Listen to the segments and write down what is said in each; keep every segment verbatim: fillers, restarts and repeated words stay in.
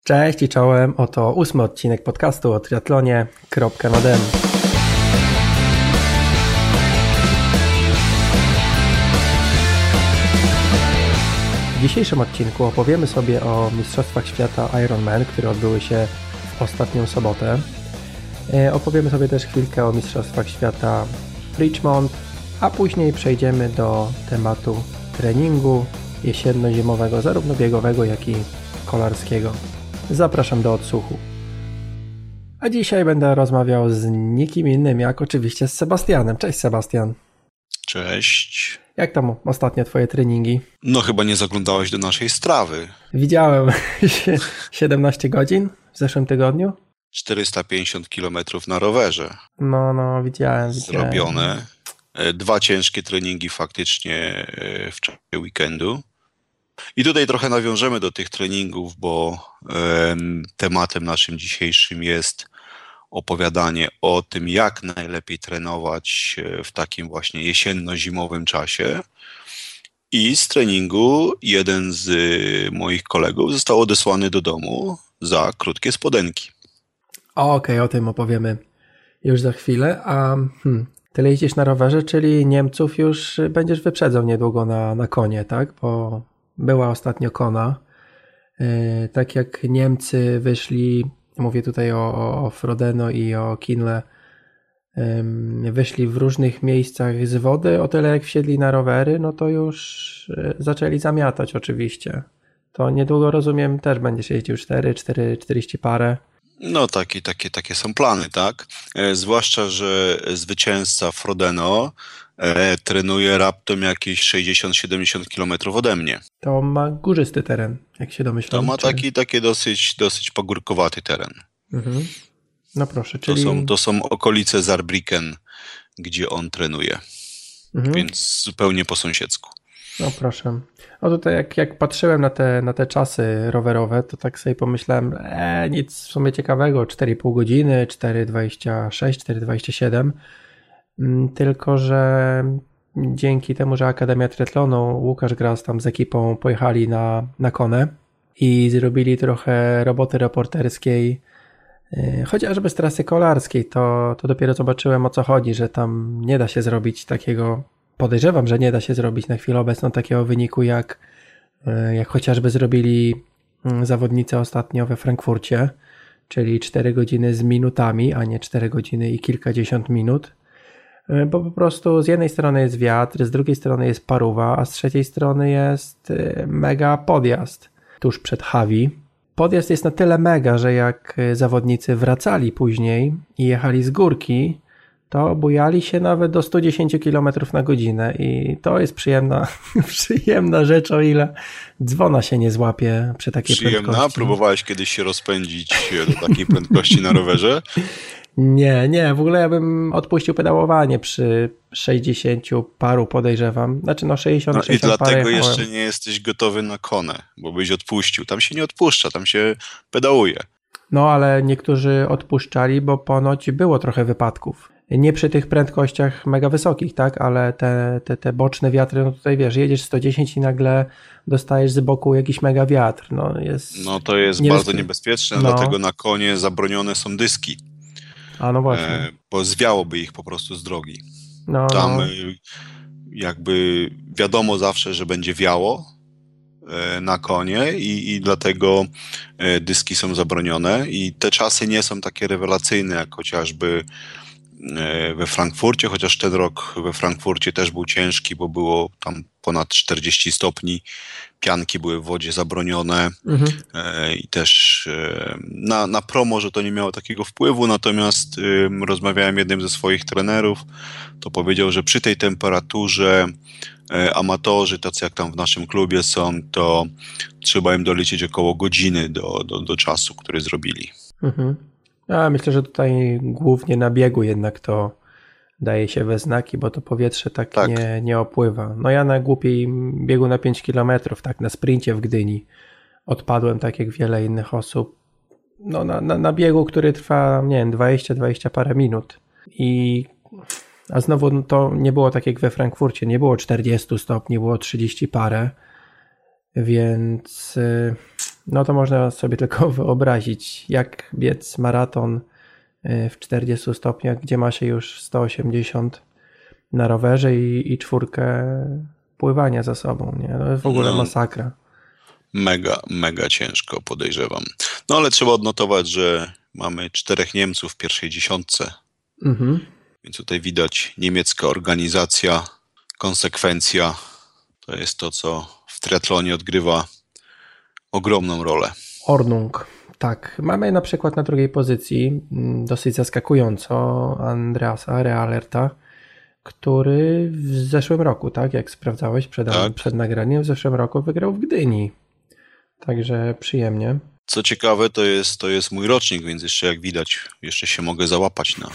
Cześć i czołem, oto ósmy odcinek podcastu o triatlonie kropka nadem. W dzisiejszym odcinku opowiemy sobie o Mistrzostwach Świata Ironman, które odbyły się w ostatnią sobotę. Opowiemy sobie też chwilkę o Mistrzostwach Świata w Richmond, a później przejdziemy do tematu treningu jesienno-zimowego, zarówno biegowego, jak i kolarskiego. Zapraszam do odsłuchu. A dzisiaj będę rozmawiał z nikim innym, jak oczywiście z Sebastianem. Cześć Sebastian. Cześć. Jak tam ostatnio twoje treningi? No chyba nie zaglądałeś do naszej strawy. Widziałem siedemnaście godzin w zeszłym tygodniu. czterysta pięćdziesiąt kilometrów na rowerze. No, no, widziałem. widziałem. Zrobione. Dwa ciężkie treningi faktycznie w czasie weekendu. I tutaj trochę nawiążemy do tych treningów, bo e, tematem naszym dzisiejszym jest opowiadanie o tym, jak najlepiej trenować w takim właśnie jesienno-zimowym czasie. I z treningu jeden z moich kolegów został odesłany do domu za krótkie spodenki. Okej, okay, o tym opowiemy już za chwilę. A hmm, tyle jeździsz na rowerze, czyli Niemców już będziesz wyprzedzał niedługo na, na konie, tak? Bo była ostatnio Kona. Yy, tak jak Niemcy wyszli, mówię tutaj o, o Frodeno i o Kinle, yy, wyszli w różnych miejscach z wody, o tyle jak wsiedli na rowery, no to już yy, zaczęli zamiatać oczywiście. To niedługo, rozumiem, też będziesz jeździł cztery, cztery, czterdzieści parę. No takie, takie, takie są plany, tak? E, zwłaszcza, że zwycięzca Frodeno e, trenuje raptem jakieś sześćdziesiąt siedemdziesiąt kilometrów ode mnie. To ma górzysty teren, jak się domyślam. To ma czy... taki, taki dosyć, dosyć pagórkowaty teren. Mhm. No proszę, czyli... To są, to są okolice Saarbrücken, gdzie on trenuje, mhm. Więc zupełnie po sąsiedzku. No proszę. No tutaj jak, jak patrzyłem na te, na te czasy rowerowe, to tak sobie pomyślałem, e, nic w sumie ciekawego, cztery i pół godziny, cztery dwadzieścia sześć, cztery dwadzieścia siedem, tylko że dzięki temu, że Akademia Triathlonu, Łukasz Gras tam z ekipą pojechali na, na Konę i zrobili trochę roboty reporterskiej, chociażby z trasy kolarskiej, to, to dopiero zobaczyłem, o co chodzi, że tam nie da się zrobić takiego, podejrzewam, że nie da się zrobić na chwilę obecną takiego wyniku, jak, jak chociażby zrobili zawodnicy ostatnio we Frankfurcie, czyli cztery godziny z minutami, a nie cztery godziny i kilkadziesiąt minut, bo po prostu z jednej strony jest wiatr, z drugiej strony jest paruwa, a z trzeciej strony jest mega podjazd tuż przed Hawi. Podjazd jest na tyle mega, że jak zawodnicy wracali później i jechali z górki, to bujali się nawet do sto dziesięć kilometrów na godzinę i to jest przyjemna, przyjemna rzecz, o ile dzwona się nie złapie przy takiej Przyjemna? prędkości. Próbowałeś kiedyś się rozpędzić do takiej prędkości na rowerze? Nie, nie, w ogóle ja bym odpuścił pedałowanie przy sześćdziesięciu paru, podejrzewam. Znaczy no sześćdziesiąt, no sześćdziesiąt i dlatego parę jeszcze nie jesteś gotowy na Konę, bo byś odpuścił. Tam się nie odpuszcza, tam się pedałuje. No ale niektórzy odpuszczali, bo ponoć było trochę wypadków. Nie przy tych prędkościach mega wysokich, tak, ale te, te, te boczne wiatry, no tutaj wiesz, jedziesz sto dziesięć i nagle dostajesz z boku jakiś mega wiatr. No, jest no to jest niebezpie... bardzo niebezpieczne, no. Dlatego na konie zabronione są dyski. A no właśnie. E, bo zwiałoby ich po prostu z drogi. No, Tam no. jakby wiadomo zawsze, że będzie wiało e, na konie i, i dlatego e, dyski są zabronione i te czasy nie są takie rewelacyjne jak chociażby we Frankfurcie, chociaż ten rok we Frankfurcie też był ciężki, bo było tam ponad czterdzieści stopni, pianki były w wodzie zabronione mhm. i też na, na pro może to nie miało takiego wpływu, natomiast rozmawiałem jednym ze swoich trenerów, to powiedział, że przy tej temperaturze amatorzy, tacy jak tam w naszym klubie są, to trzeba im doliczyć około godziny do, do, do czasu, który zrobili. Mhm. Ja myślę, że tutaj głównie na biegu jednak to daje się we znaki, bo to powietrze tak, tak. Nie, nie opływa. No ja na głupiej biegu na pięć kilometrów, tak na sprincie w Gdyni odpadłem tak jak wiele innych osób. No na, na, na biegu, który trwa, nie wiem, dwadzieścia, dwadzieścia parę minut. I a znowu to nie było tak jak we Frankfurcie, nie było czterdzieści stopni, było trzydzieści parę, więc no to można sobie tylko wyobrazić, jak biec maraton w czterdziestu stopniach, gdzie ma się już sto osiemdziesiąt na rowerze i, i czwórkę pływania za sobą. Nie? To jest w ogóle no, masakra. Mega, mega ciężko, podejrzewam. No ale trzeba odnotować, że mamy czterech Niemców w pierwszej dziesiątce. Mhm. Więc tutaj widać niemiecka organizacja, konsekwencja. To jest to, co w triatlonie odgrywa ogromną rolę. Ordnung. Tak. Mamy na przykład na drugiej pozycji dosyć zaskakująco Andreasa Realerta, który w zeszłym roku, tak, jak sprawdzałeś przed, tak. przed nagraniem, w zeszłym roku wygrał w Gdyni. Także przyjemnie. Co ciekawe, to jest, to jest mój rocznik, więc jeszcze jak widać, jeszcze się mogę załapać na...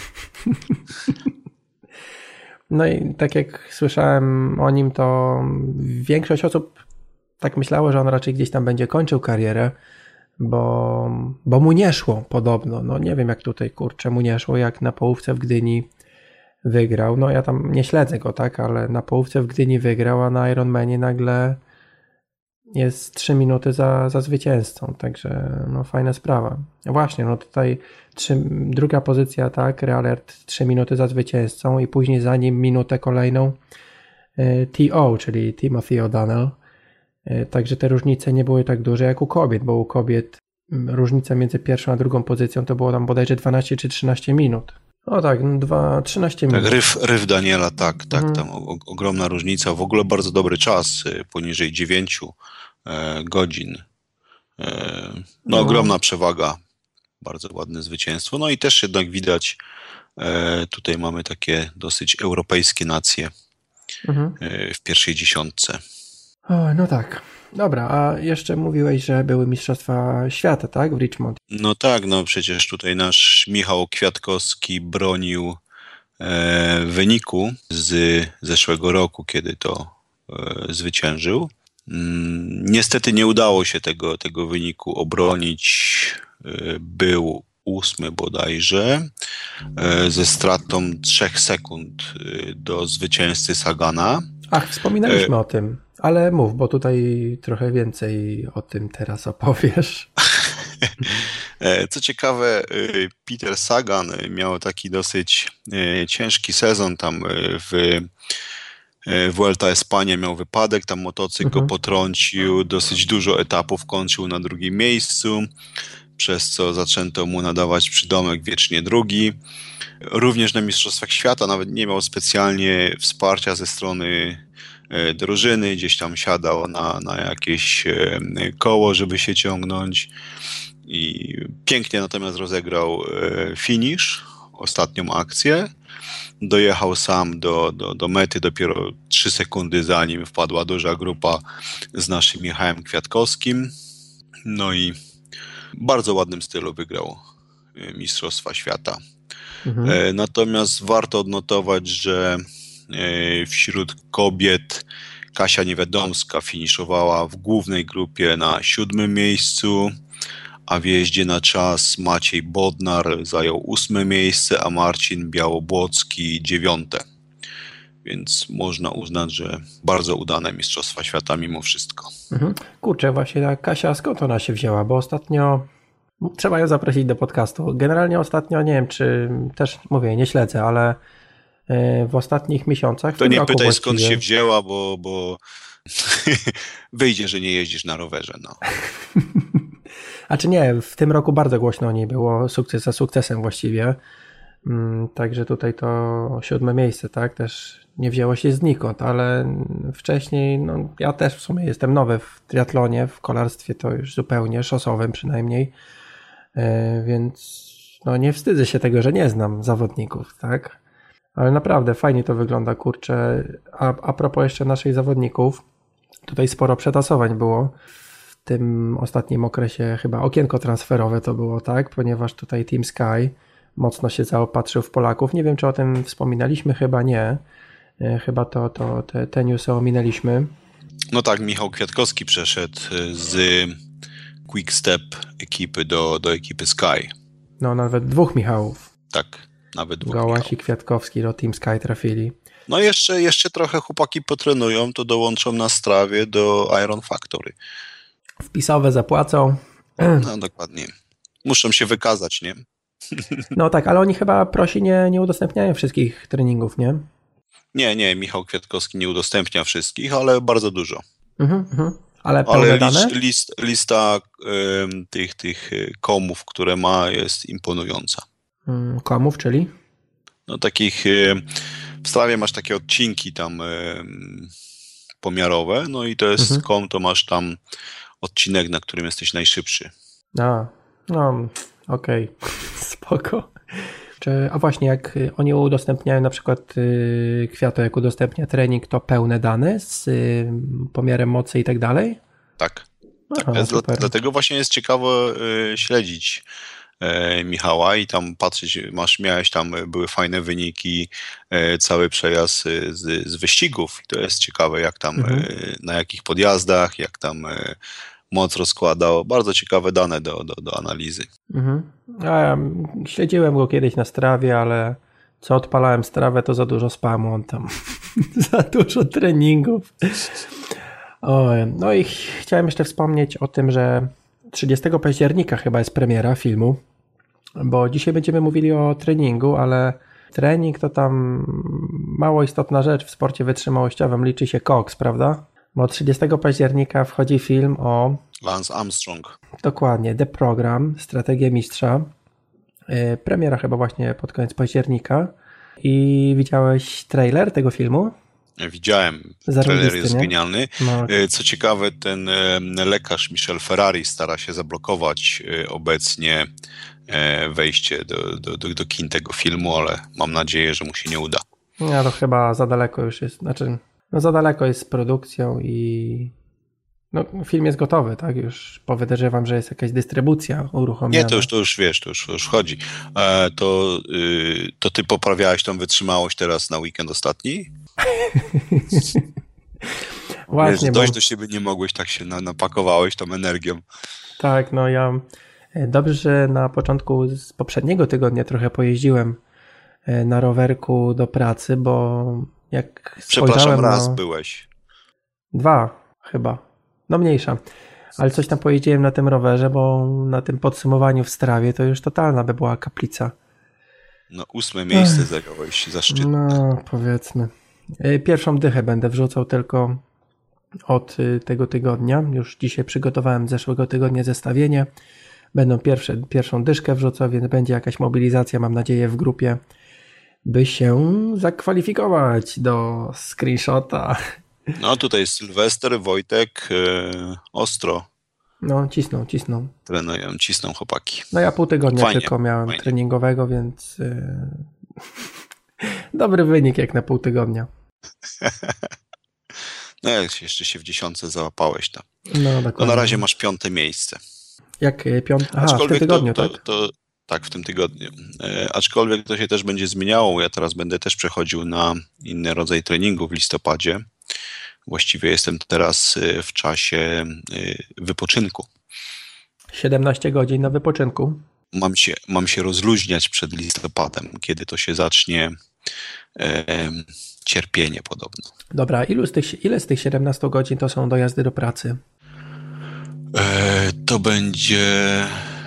No i tak jak słyszałem o nim, to większość osób tak myślało, że on raczej gdzieś tam będzie kończył karierę, bo, bo mu nie szło podobno. No nie wiem jak tutaj, kurczę, mu nie szło, jak na połówce w Gdyni wygrał. No ja tam nie śledzę go, tak, ale na połówce w Gdyni wygrał, a na Ironmanie nagle jest trzy minuty za, za zwycięzcą, także no fajna sprawa. Właśnie, no tutaj trzy, druga pozycja, tak, Realert trzy minuty za zwycięzcą i później za nim minutę kolejną y, T O, czyli Timothy O'Donnell. Y, także te różnice nie były tak duże jak u kobiet, bo u kobiet y, różnica między pierwszą a drugą pozycją to było tam bodajże dwanaście czy trzynaście minut. No tak, dwa, trzynaście minut. Tak, ryw, ryw Daniela, tak, tak, mhm. Tam o, ogromna różnica. W ogóle bardzo dobry czas, poniżej dziewięciu e, godzin. E, no, no, ogromna przewaga, bardzo ładne zwycięstwo. No i też jednak widać, e, tutaj mamy takie dosyć europejskie nacje mhm. e, w pierwszej dziesiątce. O, no tak. Dobra, a jeszcze mówiłeś, że były Mistrzostwa Świata, tak? W Richmond. No tak, no przecież tutaj nasz Michał Kwiatkowski bronił e, wyniku z zeszłego roku, kiedy to e, zwyciężył. Mm, niestety nie udało się tego, tego wyniku obronić. E, był ósmy bodajże, e, ze stratą trzech sekund e, do zwycięzcy Sagana. Ach, wspominaliśmy e, o tym. Ale mów, bo tutaj trochę więcej o tym teraz opowiesz. Co ciekawe, Peter Sagan miał taki dosyć ciężki sezon tam w Vuelta Espania, miał wypadek, tam motocykl mhm. go potrącił, dosyć dużo etapów kończył na drugim miejscu, przez co zaczęto mu nadawać przydomek wiecznie drugi. Również na Mistrzostwach Świata nawet nie miał specjalnie wsparcia ze strony drużyny, gdzieś tam siadał na, na jakieś koło, żeby się ciągnąć i pięknie natomiast rozegrał finish, ostatnią akcję, dojechał sam do, do, do mety dopiero trzy sekundy zanim wpadła duża grupa z naszym Michałem Kwiatkowskim, no i w bardzo ładnym stylu wygrał Mistrzostwa Świata. Mhm. Natomiast warto odnotować, że wśród kobiet Kasia Niewiadomska finiszowała w głównej grupie na siódmym miejscu, a w jeździe na czas Maciej Bodnar zajął ósme miejsce, a Marcin Białobłocki dziewiąte. Więc można uznać, że bardzo udane Mistrzostwa Świata mimo wszystko. Mhm. Kurczę, właśnie ta Kasia, skąd ona się wzięła? Bo ostatnio trzeba ją zaprosić do podcastu. Generalnie ostatnio, nie wiem, czy też, mówię, nie śledzę, ale w ostatnich miesiącach... To nie pytaj, skąd się wzięła, bo, bo wyjdzie, że nie jeździsz na rowerze. No. A czy nie, w tym roku bardzo głośno o niej było, sukces za sukcesem właściwie. Także tutaj to siódme miejsce, tak, też nie wzięło się znikąd, ale wcześniej, no ja też w sumie jestem nowy w triatlonie, w kolarstwie to już zupełnie, szosowym przynajmniej, więc no nie wstydzę się tego, że nie znam zawodników, tak. Ale naprawdę fajnie to wygląda, kurczę. A, a propos jeszcze naszych zawodników, tutaj sporo przetasowań było. W tym ostatnim okresie chyba okienko transferowe to było, tak? Ponieważ tutaj Team Sky mocno się zaopatrzył w Polaków. Nie wiem, czy o tym wspominaliśmy, chyba nie. Chyba to, to te, te newsy ominęliśmy. No tak, Michał Kwiatkowski przeszedł z Quick Step ekipy do, do ekipy Sky. No nawet dwóch Michałów. Tak. Nawet Gołaś i Kwiatkowski do Team Sky trafili. No jeszcze, jeszcze trochę chłopaki potrenują, to dołączą na Strawie do Iron Factory. wpisowe zapłacą. No dokładnie. Muszą się wykazać, nie? No tak, ale oni chyba prosi nie, nie udostępniają wszystkich treningów, nie? Nie, nie, Michał Kwiatkowski nie udostępnia wszystkich, ale bardzo dużo. Mhm, mhm. Ale pełne Ale dane? list, list, lista ym, tych, tych komów, które ma, jest imponująca. Hmm, komów, czyli? No takich, y, w Strava masz takie odcinki tam y, pomiarowe, no i to jest Mhm. kom, to masz tam odcinek, na którym jesteś najszybszy. A, no, okej, okay. Spoko. Czy, a właśnie, jak oni udostępniają na przykład y, Kwiato, jak udostępnia trening, to pełne dane z y, pomiarem mocy i tak dalej? Tak. tak. Aha, Dla, super. dlatego właśnie jest ciekawe y, śledzić y, Michała i tam patrzeć, masz, miałeś tam, były fajne wyniki, y, cały przejazd y, z, z wyścigów. I to jest ciekawe, jak tam, Mhm. y, na jakich podjazdach, jak tam y, moc rozkładał. Bardzo ciekawe dane do, do, do analizy. Mhm. A ja śledziłem go kiedyś na Strawie, ale co odpalałem Strawę, to za dużo spamu on tam. Za dużo treningów. Oj, no i ch- chciałem jeszcze wspomnieć o tym, że trzydziestego października chyba jest premiera filmu, bo dzisiaj będziemy mówili o treningu, ale trening to tam mało istotna rzecz w sporcie wytrzymałościowym, liczy się koks, prawda? Bo trzydziestego października wchodzi film o, Lance Armstrong. dokładnie, The Program, Strategia Mistrza. Yy, Premiera chyba właśnie pod koniec października. I widziałeś trailer tego filmu? Widziałem, Zarąbisty, trailer jest nie? genialny. No, E, Co ciekawe, ten e, lekarz Michel Ferrari stara się zablokować e, obecnie e, wejście do, do, do, do kin tego filmu, ale mam nadzieję, że mu się nie uda. ja to chyba za daleko już jest, znaczy no za daleko jest z produkcją i no, film jest gotowy, tak? Już podejrzewam, że jest jakaś dystrybucja uruchomiona. Nie, to już, to już wiesz, to już, to już chodzi. E, to, y, to ty poprawiałeś tą wytrzymałość teraz na weekend ostatni? Właśnie, Wiesz, bo, dojść do siebie nie mogłeś, tak się na, napakowałeś tą energią. tak, no ja dobrze, że na początku z poprzedniego tygodnia trochę pojeździłem e, na rowerku do pracy, bo jak Przepraszam, spojrzałem, raz no, byłeś. dwa chyba, no mniejsza, ale coś tam pojeździłem na tym rowerze, bo na tym podsumowaniu w Strawie to już totalna by była kaplica. No ósme miejsce zająłeś, zaszczytne. No, powiedzmy. Y, Pierwszą dychę będę wrzucał tylko od y, tego tygodnia. Już dzisiaj przygotowałem z zeszłego tygodnia zestawienie. Będą pierwsze, pierwszą dyszkę wrzucał, więc będzie jakaś mobilizacja, mam nadzieję, w grupie, by się zakwalifikować do screenshota. No tutaj Sylwester, Wojtek, e, ostro No, cisną, cisną. trenują, cisną chłopaki. No ja pół tygodnia Fajnie, tylko miałem fajnie. treningowego, więc y, dobry wynik jak na pół tygodnia. No jak się jeszcze się w dziesiątce załapałeś tam. No, dokładnie. No na razie masz piąte miejsce. Jak piąty? Aha, w tym tygodniu, to, tak? to, to tak, w tym tygodniu. E, aczkolwiek to się też będzie zmieniało. Ja teraz będę też przechodził na inny rodzaj treningu w listopadzie. Właściwie jestem teraz e, w czasie e, wypoczynku. siedemnaście godzin na wypoczynku. Mam się, mam się rozluźniać przed listopadem, kiedy to się zacznie e, cierpienie podobno. Dobra, ilu z tych, ile z tych siedemnastu godzin to są dojazdy do pracy? E, to będzie...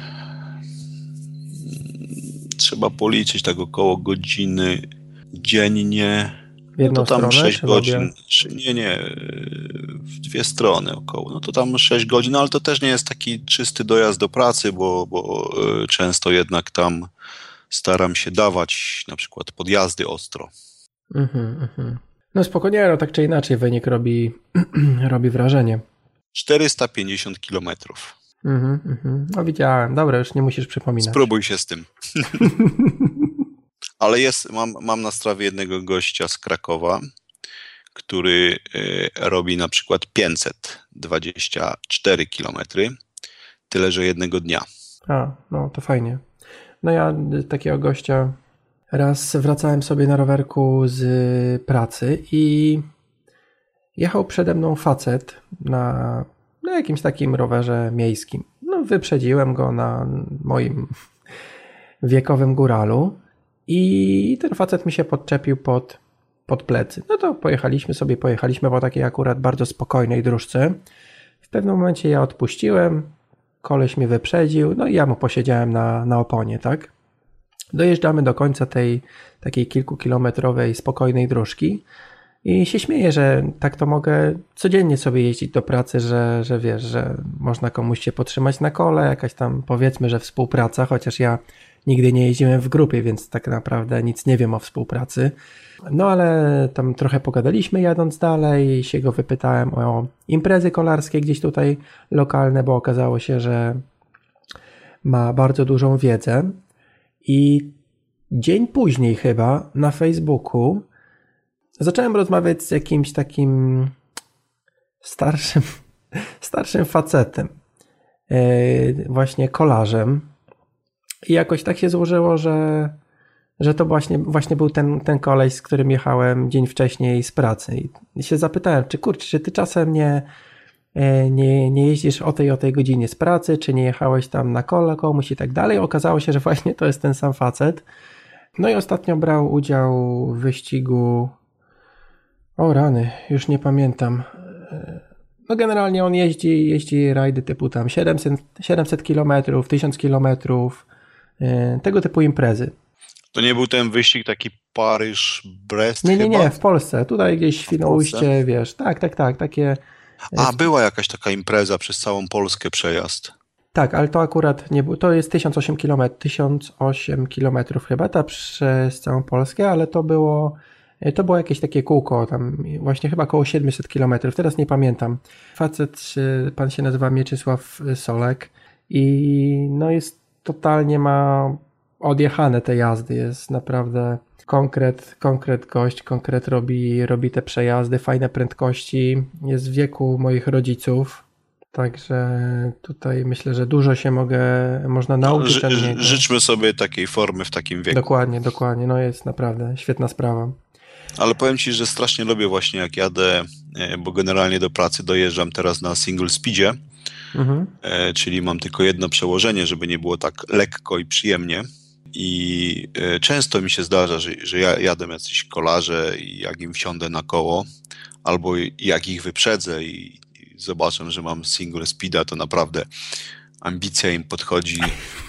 Trzeba policzyć tak około godziny dziennie. W jedną No to tam stronę? sześć czy godzin. Czy nie, nie, w dwie strony około. No to tam sześć godzin, ale to też nie jest taki czysty dojazd do pracy, bo, bo e, często jednak tam staram się dawać na przykład podjazdy ostro. Mhm, mhm. No spokojnie, no tak czy inaczej wynik robi, robi wrażenie. czterysta pięćdziesiąt kilometrów. Mhm, mhm. No widziałem, dobra, już nie musisz przypominać. Spróbuj się z tym. Ale jest, mam, mam na Strawie jednego gościa z Krakowa, który y, robi na przykład pięćset dwadzieścia cztery kilometry, tyle że jednego dnia. A, no to fajnie. No ja takiego gościa raz wracałem sobie na rowerku z pracy i jechał przede mną facet na, na jakimś takim rowerze miejskim. No wyprzedziłem go na moim wiekowym góralu i ten facet mi się podczepił pod, pod plecy. No to pojechaliśmy sobie, pojechaliśmy po takiej akurat bardzo spokojnej dróżce. pewnym momencie ja odpuściłem, koleś mnie wyprzedził, no i ja mu posiedziałem na, na oponie, tak? Dojeżdżamy do końca tej takiej kilkukilometrowej, spokojnej dróżki i się śmieję, że tak to mogę codziennie sobie jeździć do pracy, że, że wiesz, że można komuś się potrzymać na kole, jakaś tam powiedzmy, że współpraca, chociaż ja nigdy nie jeździłem w grupie, więc tak naprawdę nic nie wiem o współpracy. No ale tam trochę pogadaliśmy jadąc dalej, się go wypytałem o imprezy kolarskie gdzieś tutaj lokalne, bo okazało się, że ma bardzo dużą wiedzę i dzień później chyba na Facebooku zacząłem rozmawiać z jakimś takim starszym, starszym facetem, yy, właśnie kolarzem i jakoś tak się złożyło, że że to właśnie, właśnie był ten, ten koleś, z którym jechałem dzień wcześniej z pracy. I się zapytałem, czy kurczę, czy ty czasem nie, nie, nie jeździsz o tej o tej godzinie z pracy, czy nie jechałeś tam na kole komuś i tak dalej. Okazało się, że właśnie to jest ten sam facet. No i ostatnio brał udział w wyścigu, o rany, już nie pamiętam. No generalnie on jeździ, jeździ rajdy typu tam siedemset, siedemset kilometrów, tysiąc kilometrów, tego typu imprezy. To nie był ten wyścig taki Paryż-Brest Nie, nie, chyba? nie, w Polsce. Tutaj gdzieś Świnoujście, wiesz. Tak, tak, tak, takie... A, była jakaś taka impreza przez całą Polskę przejazd. Tak, ale to akurat nie było. To jest tysiąc osiem kilometrów, tysiąc osiem kilometrów chyba, ta przez całą Polskę, ale to było... To było jakieś takie kółko, tam właśnie chyba około siedemset kilometrów, teraz nie pamiętam. Facet, pan się nazywa Mieczysław Solek i no jest totalnie ma odjechane te jazdy, jest naprawdę konkret, konkret gość, konkret robi, robi te przejazdy, fajne prędkości, jest w wieku moich rodziców, także tutaj myślę, że dużo się mogę, można nauczyć. No, ży, życzmy sobie takiej formy w takim wieku. Dokładnie, dokładnie, no jest naprawdę świetna sprawa. Ale powiem Ci, że strasznie lubię właśnie jak jadę, bo generalnie do pracy dojeżdżam teraz na single speedzie, mhm. czyli mam tylko jedno przełożenie, żeby nie było tak lekko i przyjemnie. I często mi się zdarza, że, że ja jadę jacyś kolarze i jak im wsiądę na koło, albo jak ich wyprzedzę i, i zobaczę, że mam single speeda, to naprawdę ambicja im podchodzi.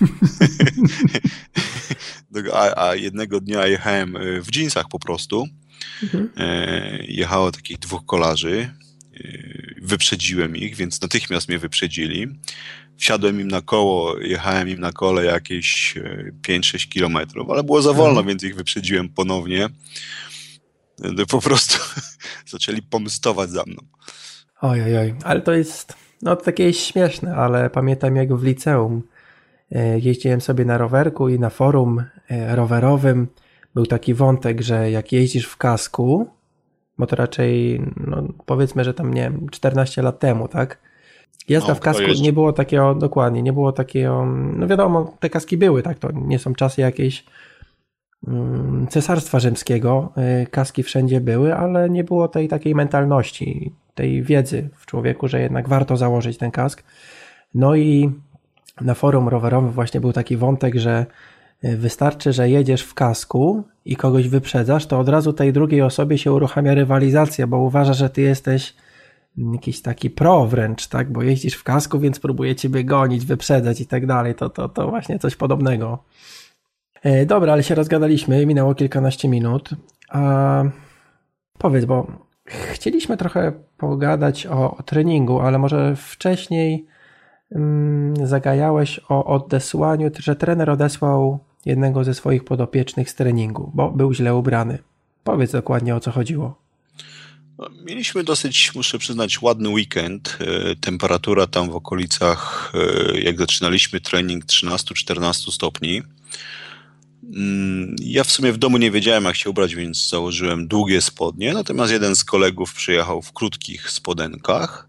a, a jednego dnia jechałem w dżinsach po prostu. Mhm. Jechało takich dwóch kolarzy. Wyprzedziłem ich, więc natychmiast mnie wyprzedzili. Wsiadłem im na koło, jechałem im na kole jakieś pięć sześć kilometrów, ale było za wolno, mhm. więc ich wyprzedziłem ponownie. Po prostu zaczęli pomstować za mną. Oj, oj, oj, ale to jest, no takie jest śmieszne, ale pamiętam jak w liceum jeździłem sobie na rowerku i na forum rowerowym był taki wątek, że jak jeździsz w kasku, bo to raczej, no powiedzmy, że tam nie wiem, czternaście lat temu, tak? Jazda no, w kasku nie było takiego, dokładnie, nie było takiego, no wiadomo, te kaski były, tak? To nie są czasy jakieś um, cesarstwa rzymskiego, kaski wszędzie były, ale nie było tej takiej mentalności, tej wiedzy w człowieku, że jednak warto założyć ten kask. No i na forum rowerowym właśnie był taki wątek, że wystarczy, że jedziesz w kasku i kogoś wyprzedzasz, to od razu tej drugiej osobie się uruchamia rywalizacja, bo uważa, że ty jesteś jakiś taki pro wręcz, tak? Bo jeździsz w kasku, więc próbuje ciebie gonić, wyprzedzać i tak dalej. To, to, to właśnie coś podobnego. E, dobra, ale się rozgadaliśmy, minęło kilkanaście minut. A powiedz, bo chcieliśmy trochę pogadać o, o treningu, ale może wcześniej mm, zagajałeś o odesłaniu, że trener odesłał jednego ze swoich podopiecznych z treningu, bo był źle ubrany. Powiedz dokładnie, o co chodziło. Mieliśmy dosyć, muszę przyznać, ładny weekend. Temperatura tam w okolicach, jak zaczynaliśmy trening, trzynaście czternaście stopni. Ja w sumie w domu nie wiedziałem, jak się ubrać, więc założyłem długie spodnie, natomiast jeden z kolegów przyjechał w krótkich spodenkach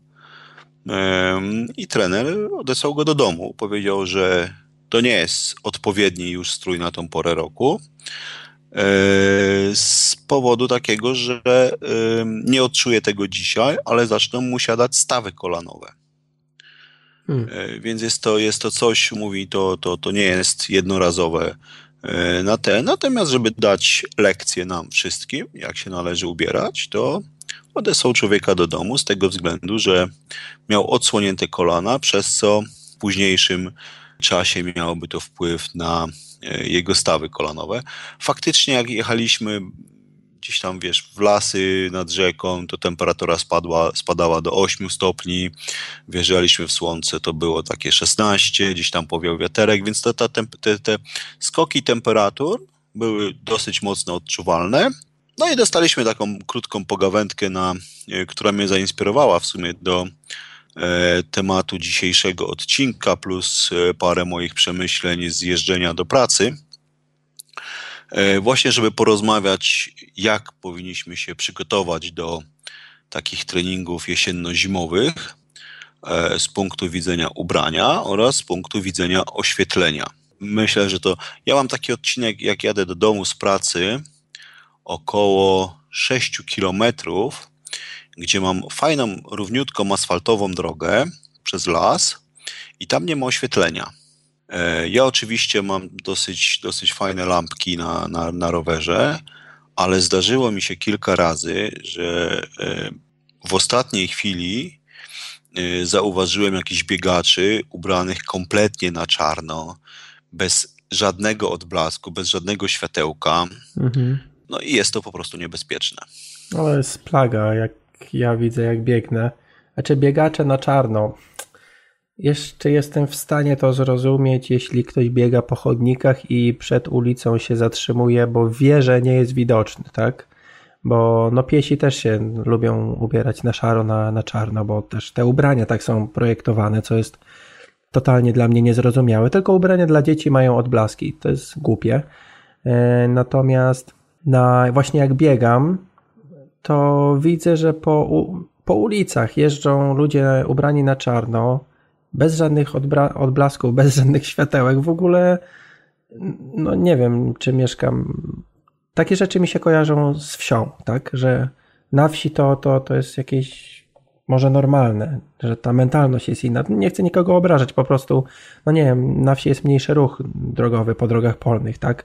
i trener odesłał go do domu. Powiedział, że to nie jest odpowiedni już strój na tą porę roku. Z powodu takiego, że nie odczuję tego dzisiaj, ale zaczną mu siadać stawy kolanowe. Hmm. Więc jest to, jest to coś, mówi, to, to, to nie jest jednorazowe na te. Natomiast, żeby dać lekcję nam wszystkim, jak się należy ubierać, to odesłał człowieka do domu z tego względu, że miał odsłonięte kolana, przez co w późniejszym czasie miałoby to wpływ na jego stawy kolanowe. Faktycznie jak jechaliśmy gdzieś tam, wiesz, w lasy nad rzeką, to temperatura spadła, spadała do ośmiu stopni, wjeżdżaliśmy w słońce, to było takie szesnaście, gdzieś tam powiał wiaterek, więc te, te, te, te skoki temperatur były dosyć mocno odczuwalne. No i dostaliśmy taką krótką pogawędkę, na, która mnie zainspirowała w sumie do e, tematu dzisiejszego odcinka, plus e, parę moich przemyśleń z jeżdżenia do pracy. E, właśnie, żeby porozmawiać, jak powinniśmy się przygotować do takich treningów jesienno-zimowych e, z punktu widzenia ubrania oraz z punktu widzenia oświetlenia. Myślę, że to... Ja mam taki odcinek, jak jadę do domu z pracy, około sześć kilometrów, gdzie mam fajną, równiutką asfaltową drogę przez las i tam nie ma oświetlenia. Ja oczywiście mam dosyć, dosyć fajne lampki na, na, na rowerze, ale zdarzyło mi się kilka razy, że w ostatniej chwili zauważyłem jakichś biegaczy ubranych kompletnie na czarno, bez żadnego odblasku, bez żadnego światełka. Mhm. No i jest to po prostu niebezpieczne. Ale jest plaga, jak ja widzę, jak biegnę. Znaczy biegacze na czarno. Jeszcze jestem w stanie to zrozumieć, jeśli ktoś biega po chodnikach i przed ulicą się zatrzymuje, bo wie, że nie jest widoczny, tak? Bo no piesi też się lubią ubierać na szaro, na, na czarno, bo też te ubrania tak są projektowane, co jest totalnie dla mnie niezrozumiałe. Tylko ubrania dla dzieci mają odblaski. To jest głupie. Natomiast na, właśnie jak biegam, to widzę, że po, po ulicach jeżdżą ludzie ubrani na czarno, bez żadnych odbra- odblasków, bez żadnych światełek. W ogóle no nie wiem, czy mieszkam... Takie rzeczy mi się kojarzą z wsią, tak? Że na wsi to, to, to jest jakieś może normalne, że ta mentalność jest inna. Nie chcę nikogo obrażać, po prostu, no nie wiem, na wsi jest mniejszy ruch drogowy po drogach polnych, tak?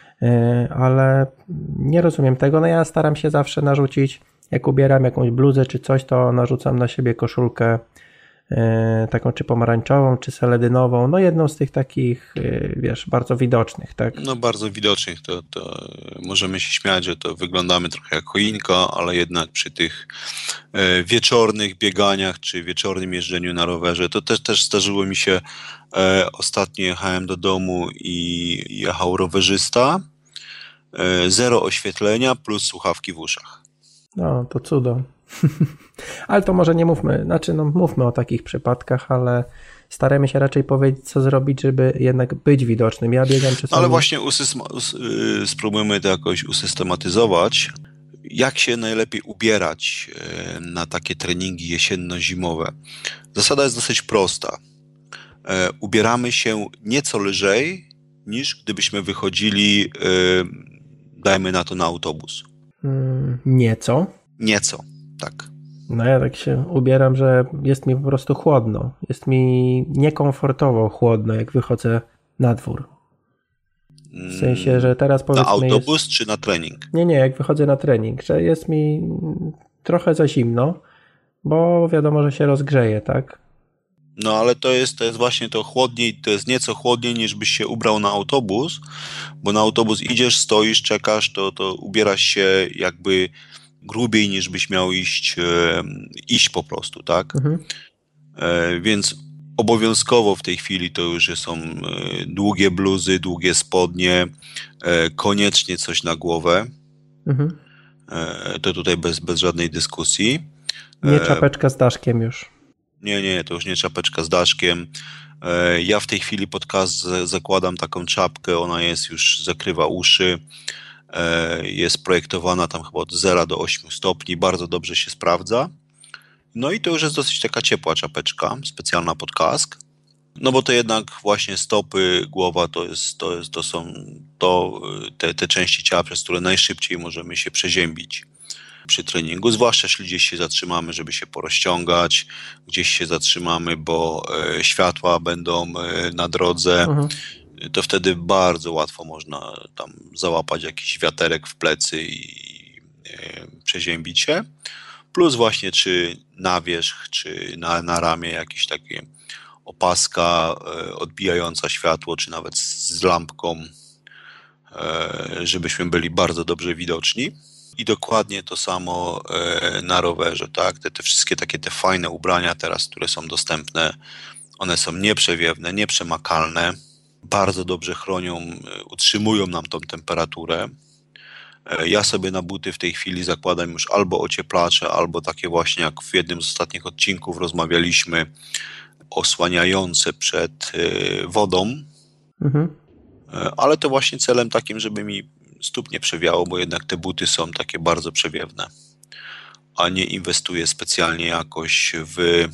Ale nie rozumiem tego. No ja staram się zawsze narzucić, jak ubieram jakąś bluzę czy coś, to narzucam na siebie koszulkę taką czy pomarańczową, czy seledynową, no jedną z tych takich, wiesz, bardzo widocznych, tak? No bardzo widocznych, to, to możemy się śmiać, że to wyglądamy trochę jak choinka, ale jednak przy tych wieczornych bieganiach, czy wieczornym jeżdżeniu na rowerze, to też, też zdarzyło mi się, e, ostatnio jechałem do domu i jechał rowerzysta, e, zero oświetlenia plus słuchawki w uszach. No, to cudo. Ale to może nie mówmy, znaczy no mówmy o takich przypadkach, ale staramy się raczej powiedzieć, co zrobić, żeby jednak być widocznym. Ja biegam czasami... Ale właśnie usysma- us- spróbujmy to jakoś usystematyzować. Jak się najlepiej ubierać na takie treningi jesienno-zimowe? Zasada jest dosyć prosta. Ubieramy się nieco lżej, niż gdybyśmy wychodzili, dajmy na to, na autobus. Hmm, nieco? Nieco, tak. No ja tak się ubieram, że jest mi po prostu chłodno. Jest mi niekomfortowo chłodno, jak wychodzę na dwór. W sensie, że teraz powiedzmy... Na autobus jest... czy na trening? Nie, nie, jak wychodzę na trening, że jest mi trochę za zimno, bo wiadomo, że się rozgrzeje, tak? No ale to jest, to jest właśnie to chłodniej, to jest nieco chłodniej, niż byś się ubrał na autobus, bo na autobus idziesz, stoisz, czekasz, to, to ubierasz się jakby grubiej, niż byś miał iść, e, iść po prostu, tak? Mhm. E, więc obowiązkowo w tej chwili to już są e, długie bluzy, długie spodnie, e, koniecznie coś na głowę. Mhm. E, to tutaj bez, bez żadnej dyskusji. Nie czapeczka z daszkiem już. Nie, nie, to już nie czapeczka z daszkiem. E, ja w tej chwili pod kas zakładam taką czapkę, ona jest już, zakrywa uszy. Jest projektowana tam chyba od zera do ośmiu stopni, bardzo dobrze się sprawdza. No i to już jest dosyć taka ciepła czapeczka, specjalna pod kask. No bo to jednak właśnie stopy, głowa to jest, to jest, to są to, te, te części ciała, przez które najszybciej możemy się przeziębić przy treningu, zwłaszcza jeśli gdzieś się zatrzymamy, żeby się porozciągać, gdzieś się zatrzymamy, bo e, światła będą e, na drodze. Mhm. To wtedy bardzo łatwo można tam załapać jakiś wiaterek w plecy i e, przeziębić się. plus właśnie czy na wierzch, czy na, na ramię jakieś takie opaska odbijająca światło, czy nawet z lampką, żebyśmy byli bardzo dobrze widoczni. I dokładnie to samo na rowerze, tak? Te, te wszystkie takie te fajne ubrania teraz, które są dostępne, one są nieprzewiewne, nieprzemakalne, bardzo dobrze chronią, utrzymują nam tą temperaturę. Ja sobie na buty w tej chwili zakładam już albo ocieplacze, albo takie właśnie jak w jednym z ostatnich odcinków rozmawialiśmy, osłaniające przed wodą, mhm. ale to właśnie celem takim, żeby mi stóp nie przewiało, bo jednak te buty są takie bardzo przewiewne, a nie inwestuję specjalnie jakoś w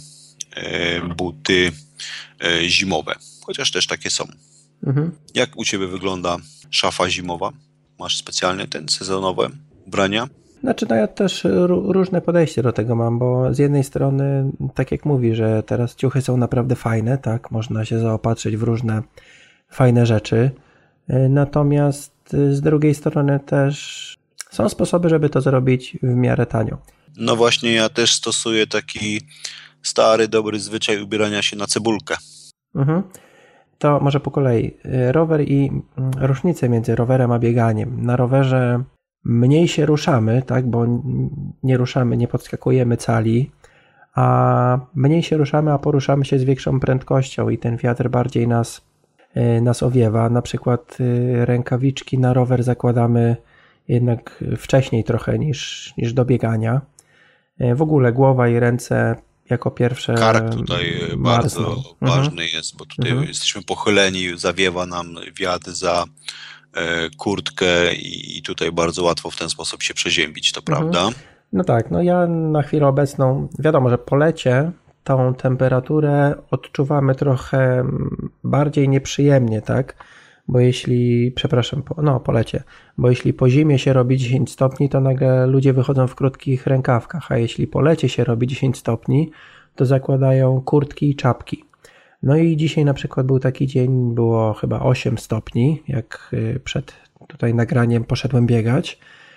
buty zimowe, chociaż też takie są. Mhm. Jak u Ciebie wygląda szafa zimowa? Masz specjalnie ten sezonowe ubrania? Znaczy, no ja też różne podejście do tego mam, bo z jednej strony, tak jak mówi, że teraz ciuchy są naprawdę fajne, tak, można się zaopatrzyć w różne fajne rzeczy, natomiast z drugiej strony też są sposoby, żeby to zrobić w miarę tanio. No właśnie, ja też stosuję taki stary, dobry zwyczaj ubierania się na cebulkę. Mhm. To może po kolei. Rower i różnice między rowerem a bieganiem. Na rowerze mniej się ruszamy, tak, bo nie ruszamy, nie podskakujemy cali, a mniej się ruszamy, a poruszamy się z większą prędkością i ten wiatr bardziej nas, nas owiewa. Na przykład rękawiczki na rower zakładamy jednak wcześniej trochę niż, niż do biegania. W ogóle głowa i ręce jako pierwsze. Kark tutaj bardzo mhm. ważny jest, bo tutaj mhm. jesteśmy pochyleni, zawiewa nam wiatr za e, kurtkę i, i tutaj bardzo łatwo w ten sposób się przeziębić, to mhm. prawda? No tak, no ja na chwilę obecną, wiadomo, że po lecie tą temperaturę odczuwamy trochę bardziej nieprzyjemnie, tak? Bo jeśli, przepraszam, po, no po lecie, bo jeśli po zimie się robi dziesięć stopni, to nagle ludzie wychodzą w krótkich rękawkach, a jeśli po lecie się robi dziesięć stopni, to zakładają kurtki i czapki. No i dzisiaj na przykład był taki dzień, było chyba osiem stopni, jak przed tutaj nagraniem poszedłem biegać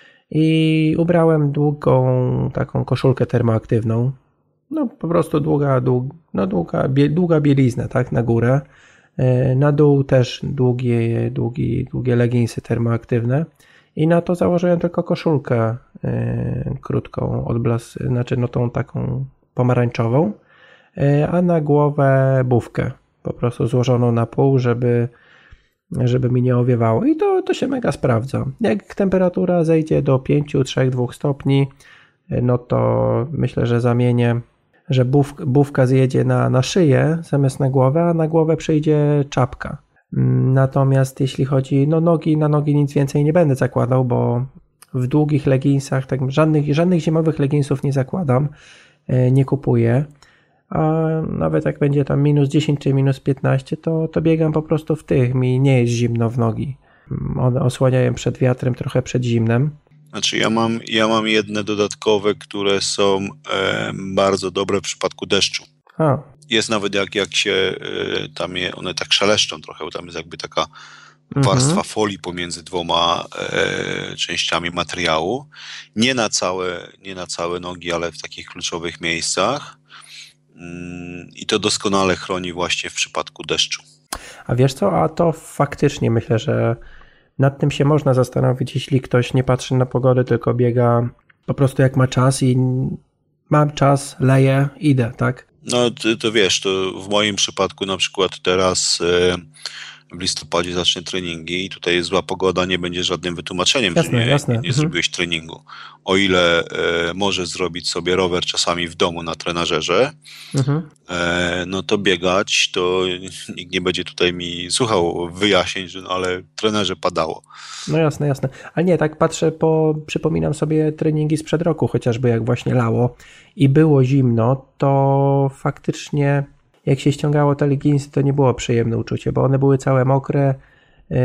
i ubrałem długą taką koszulkę termoaktywną, no po prostu długa, dług, no długa, bie, długa bielizna, tak, na górę. Na dół też długie, długie, długie leginsy termoaktywne i na to założyłem tylko koszulkę yy, krótką, odblas, znaczy no tą taką pomarańczową, yy, a na głowę bufkę po prostu złożoną na pół, żeby, żeby mi nie owiewało i to, to się mega sprawdza. Jak temperatura zejdzie do pięć, trzy, dwa stopni, yy, no to myślę, że zamienię że buf, bufka zjedzie na, na szyję zamiast na głowę, a na głowę przyjdzie czapka. Natomiast jeśli chodzi, no nogi, na nogi nic więcej nie będę zakładał, bo w długich leginsach, tak, żadnych, żadnych zimowych leginsów nie zakładam, nie kupuję, a nawet jak będzie tam minus dziesięć czy minus piętnaście, to, to biegam po prostu w tych, mi nie jest zimno w nogi. One osłaniają przed wiatrem, trochę przed zimnem. Znaczy ja mam, ja mam jedne dodatkowe, które są e, bardzo dobre w przypadku deszczu. A. Jest nawet jak, jak się e, tam je, one tak szeleszczą trochę, bo tam jest jakby taka mhm. warstwa folii pomiędzy dwoma e, częściami materiału. Nie na całe, nie na całe nogi, ale w takich kluczowych miejscach. Mm, I to doskonale chroni właśnie w przypadku deszczu. A wiesz co, a to faktycznie myślę, że nad tym się można zastanowić, jeśli ktoś nie patrzy na pogodę, tylko biega po prostu jak ma czas i mam czas, leję, idę, tak? No to, to wiesz, to w moim przypadku na przykład teraz e, w listopadzie zacznę treningi i tutaj jest zła pogoda, nie będzie żadnym wytłumaczeniem, jasne, że nie, jasne. nie, nie mhm. zrobiłeś treningu. O ile e, możesz zrobić sobie rower czasami w domu na trenażerze, mhm. e, no to biegać, to nikt nie będzie tutaj mi słuchał wyjaśnień, że no ale trenerze padało. No jasne, jasne. Ale nie, tak patrzę, po, przypominam sobie treningi sprzed roku, chociażby jak właśnie lało i było zimno, to faktycznie jak się ściągało te leginsy, to nie było przyjemne uczucie, bo one były całe mokre yy,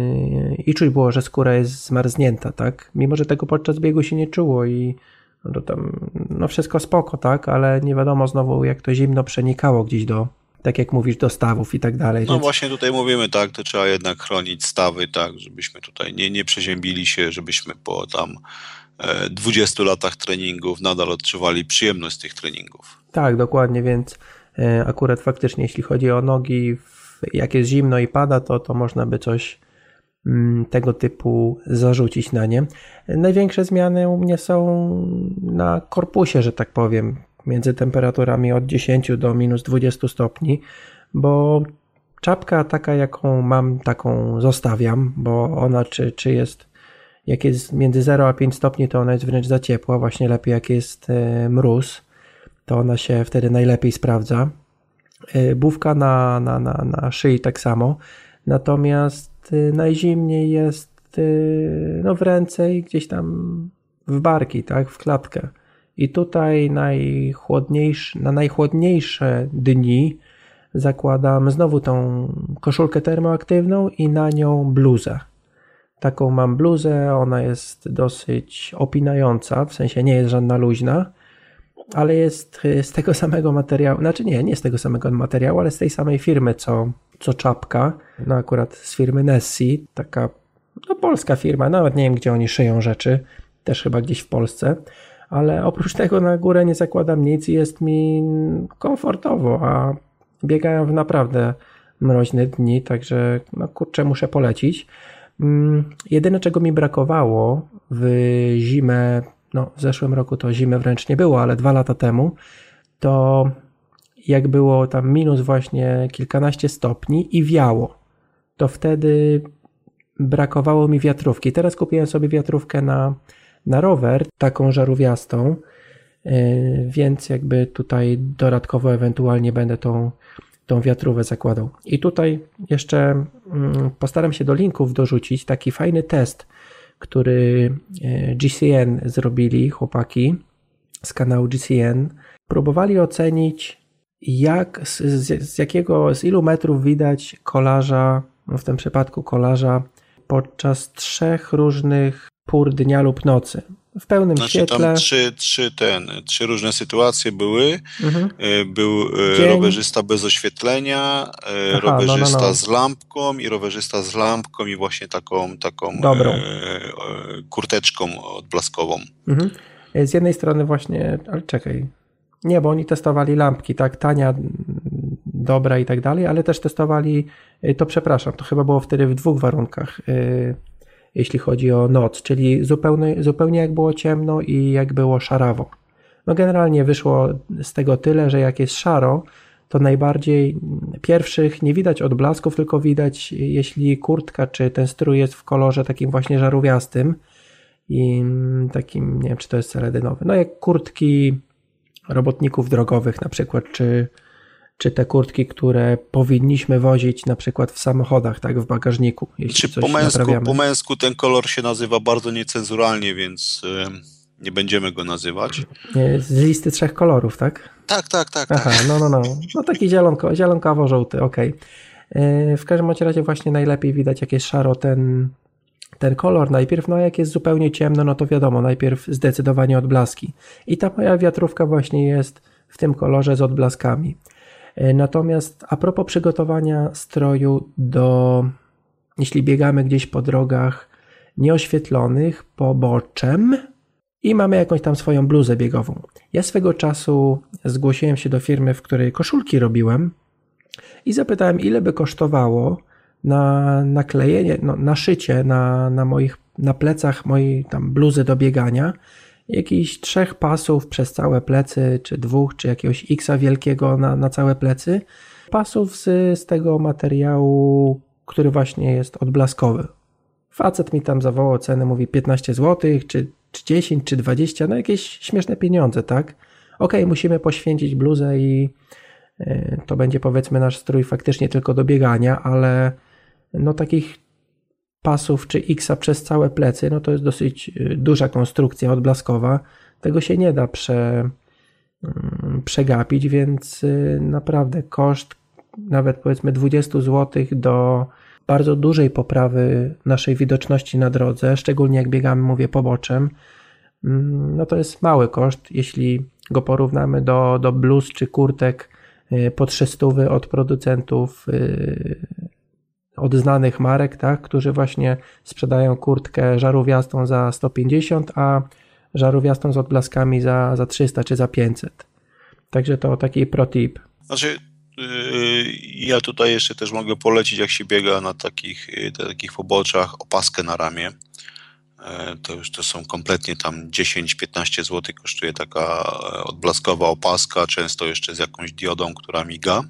i czuć było, że skóra jest zmarznięta, tak? Mimo że tego podczas biegu się nie czuło i no to tam, no wszystko spoko, tak? Ale nie wiadomo znowu, jak to zimno przenikało gdzieś do, tak jak mówisz, do stawów i tak dalej. No więc... właśnie tutaj mówimy, tak, to trzeba jednak chronić stawy, tak, żebyśmy tutaj nie, nie przeziębili się, żebyśmy po tam dwudziestu latach treningów nadal odczuwali przyjemność z tych treningów. Tak, dokładnie, więc akurat faktycznie jeśli chodzi o nogi, jak jest zimno i pada, to, to można by coś tego typu zarzucić na nie. Największe zmiany u mnie są na korpusie, że tak powiem, między temperaturami od dziesięciu do minus dwudziestu stopni, bo czapka taka, jaką mam, taką zostawiam, bo ona czy, czy jest, jak jest między zero a pięć stopni, to ona jest wręcz za ciepła, właśnie lepiej jak jest mróz, to ona się wtedy najlepiej sprawdza. Bufka na, na, na, na szyi tak samo, natomiast najzimniej jest no, w ręce i gdzieś tam w barki, tak, w klatkę. I tutaj najchłodniejszy, na najchłodniejsze dni zakładam znowu tą koszulkę termoaktywną i na nią bluzę. Taką mam bluzę, ona jest dosyć opinająca, w sensie nie jest żadna luźna, ale jest z tego samego materiału, znaczy nie, nie z tego samego materiału, ale z tej samej firmy co, co czapka, no akurat z firmy Nessie, taka no, polska firma, nawet nie wiem gdzie oni szyją rzeczy, też chyba gdzieś w Polsce, ale oprócz tego na górę nie zakładam nic i jest mi komfortowo, a biegają w naprawdę mroźne dni, także no kurczę, muszę polecić. Jedyne czego mi brakowało w zimę, no w zeszłym roku to zimy wręcz nie było, ale dwa lata temu, to jak było tam minus właśnie kilkanaście stopni i wiało, to wtedy brakowało mi wiatrówki. Teraz kupiłem sobie wiatrówkę na, na rower, taką żarówiastą, yy, więc jakby tutaj dodatkowo ewentualnie będę tą, tą wiatrówę zakładał. I tutaj jeszcze yy, postaram się do linków dorzucić taki fajny test, który G C N zrobili chłopaki z kanału G C N. Próbowali ocenić jak, z, z jakiego, z ilu metrów widać kolarza, no w tym przypadku kolarza, podczas trzech różnych pór dnia lub nocy. W pełnym znaczy, świetle. Tam trzy, trzy, ten, trzy różne sytuacje były. Mhm. Był Dzień. rowerzysta bez oświetlenia, Aha, rowerzysta no, no, no. z lampką i rowerzysta z lampką i właśnie taką, taką Dobrą. E, kurteczką odblaskową. Mhm. Z jednej strony właśnie, ale czekaj, nie, bo oni testowali lampki, tak, tania, dobra i tak dalej, ale też testowali, to przepraszam, to chyba było wtedy w dwóch warunkach, yy, jeśli chodzi o noc, czyli zupełnie, zupełnie jak było ciemno i jak było szarawo. No generalnie wyszło z tego tyle, że jak jest szaro, to najbardziej pierwszych nie widać odblasków, tylko widać, jeśli kurtka czy ten strój jest w kolorze takim właśnie żarówiastym i takim, nie wiem, czy to jest seledynowy, no jak kurtki robotników drogowych na przykład, czy, czy te kurtki, które powinniśmy wozić na przykład w samochodach, tak, w bagażniku. Jeśli czy po męsku, po męsku ten kolor się nazywa bardzo niecenzuralnie, więc y, nie będziemy go nazywać. Z listy trzech kolorów, tak? Tak, tak, tak. Aha, tak. no, no, no. No taki zielonko, zielonkawo-żółty, okej. Okay. W każdym razie właśnie najlepiej widać, jak jest szaro ten, ten kolor najpierw, no a jak jest zupełnie ciemno, no to wiadomo, najpierw zdecydowanie odblaski. I ta moja wiatrówka właśnie jest w tym kolorze z odblaskami. Natomiast a propos przygotowania stroju do, jeśli biegamy gdzieś po drogach nieoświetlonych, poboczem i mamy jakąś tam swoją bluzę biegową. Ja swego czasu zgłosiłem się do firmy, w której koszulki robiłem i zapytałem, ile by kosztowało na naklejenie, no, naszycie na, na moich, na plecach mojej tam bluzy do biegania, jakichś trzech pasów przez całe plecy, czy dwóch, czy jakiegoś X-a wielkiego na, na całe plecy, pasów z, z tego materiału, który właśnie jest odblaskowy. Facet mi tam zawołał cenę, mówi piętnaście złotych, czy, czy dziesięć, czy dwadzieścia, no jakieś śmieszne pieniądze, tak? Okej, musimy poświęcić bluzę i y, to będzie powiedzmy nasz strój faktycznie tylko do biegania, ale no takich pasów czy X-a przez całe plecy, no to jest dosyć duża konstrukcja odblaskowa. Tego się nie da prze, przegapić, więc naprawdę koszt nawet powiedzmy dwadzieścia złotych do bardzo dużej poprawy naszej widoczności na drodze, szczególnie jak biegamy, mówię, poboczem, no to jest mały koszt, jeśli go porównamy do, do bluz czy kurtek po trzysta od producentów od znanych marek, tak, którzy właśnie sprzedają kurtkę żarówiastą za sto pięćdziesiąt, a żarówiastą z odblaskami za, za trzysta czy za pięćset. Także to taki pro tip. Znaczy, yy, ja tutaj jeszcze też mogę polecić, jak się biega na takich, na takich poboczach, opaskę na ramię. To już to są kompletnie tam dziesięć piętnaście złotych kosztuje taka odblaskowa opaska, często jeszcze z jakąś diodą, która miga.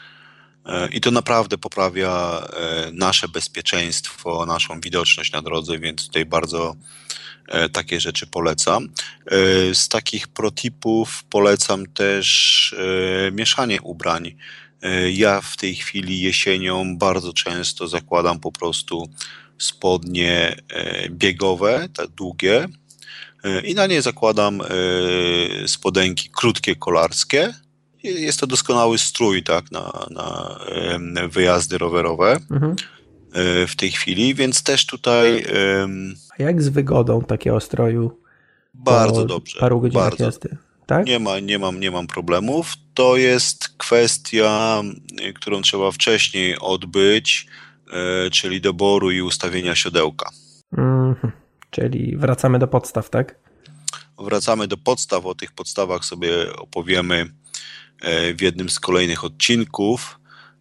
I to naprawdę poprawia nasze bezpieczeństwo, naszą widoczność na drodze, więc tutaj bardzo takie rzeczy polecam. Z takich protipów polecam też mieszanie ubrań. Ja w tej chwili jesienią bardzo często zakładam po prostu spodnie biegowe, te długie, i na nie zakładam spodenki krótkie, kolarskie. Jest to doskonały strój, tak, na, na wyjazdy rowerowe mhm. w tej chwili, więc też tutaj... A jak z wygodą takiego stroju? Bardzo dobrze. Paru godzinach bardzo. jazdy, tak? Nie ma, nie mam, nie mam problemów. To jest kwestia, którą trzeba wcześniej odbyć, czyli doboru i ustawienia siodełka. Mhm. Czyli wracamy do podstaw, tak? Wracamy do podstaw, o tych podstawach sobie opowiemy w jednym z kolejnych odcinków,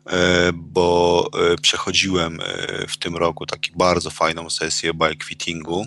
bo przechodziłem w tym roku taką bardzo fajną sesję bike fittingu.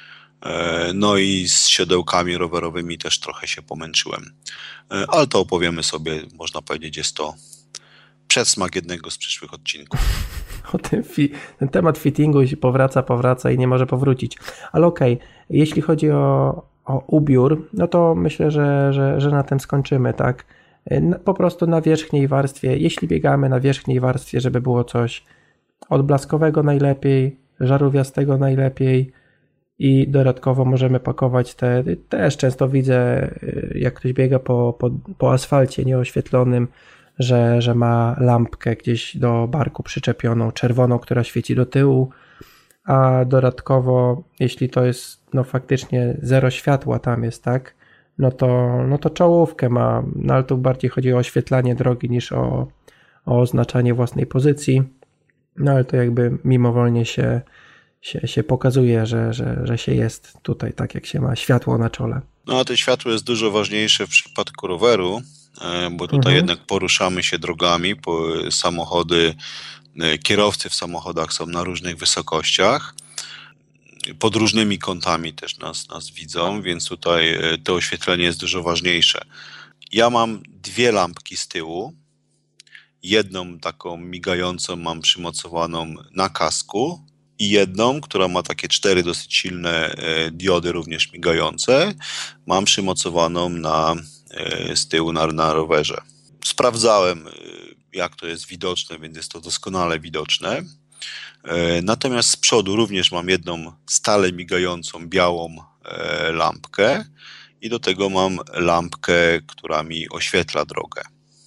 No i z siodełkami rowerowymi też trochę się pomęczyłem. Ale to opowiemy sobie, można powiedzieć, jest to przedsmak jednego z przyszłych odcinków. O ten, fi- ten temat fittingu się powraca, powraca i nie może powrócić. Ale okej, okay, jeśli chodzi o, o ubiór, no to myślę, że, że, że na tym skończymy, tak? Po prostu na wierzchniej warstwie, jeśli biegamy na wierzchniej warstwie, żeby było coś odblaskowego najlepiej, żarówiastego najlepiej i dodatkowo możemy pakować te, też często widzę, jak ktoś biega po, po, po asfalcie nieoświetlonym, że, że ma lampkę gdzieś do barku przyczepioną, czerwoną, która świeci do tyłu, a dodatkowo, jeśli to jest no faktycznie zero światła tam jest, tak, no to, no to czołówkę ma, no ale tu bardziej chodzi o oświetlanie drogi niż o, o oznaczanie własnej pozycji, no ale to jakby mimowolnie się, się, się pokazuje, że, że, że się jest tutaj tak, jak się ma światło na czole. No a to światło jest dużo ważniejsze w przypadku roweru, bo tutaj mhm. jednak poruszamy się drogami, samochody, kierowcy w samochodach są na różnych wysokościach, pod różnymi kątami też nas, nas widzą, więc tutaj to oświetlenie jest dużo ważniejsze. Ja mam dwie lampki z tyłu, jedną taką migającą mam przymocowaną na kasku i jedną, która ma takie cztery dosyć silne diody również migające, mam przymocowaną na z tyłu na, na rowerze. Sprawdzałem, jak to jest widoczne, więc jest to doskonale widoczne. Natomiast z przodu również mam jedną stale migającą białą lampkę i do tego mam lampkę, która mi oświetla drogę.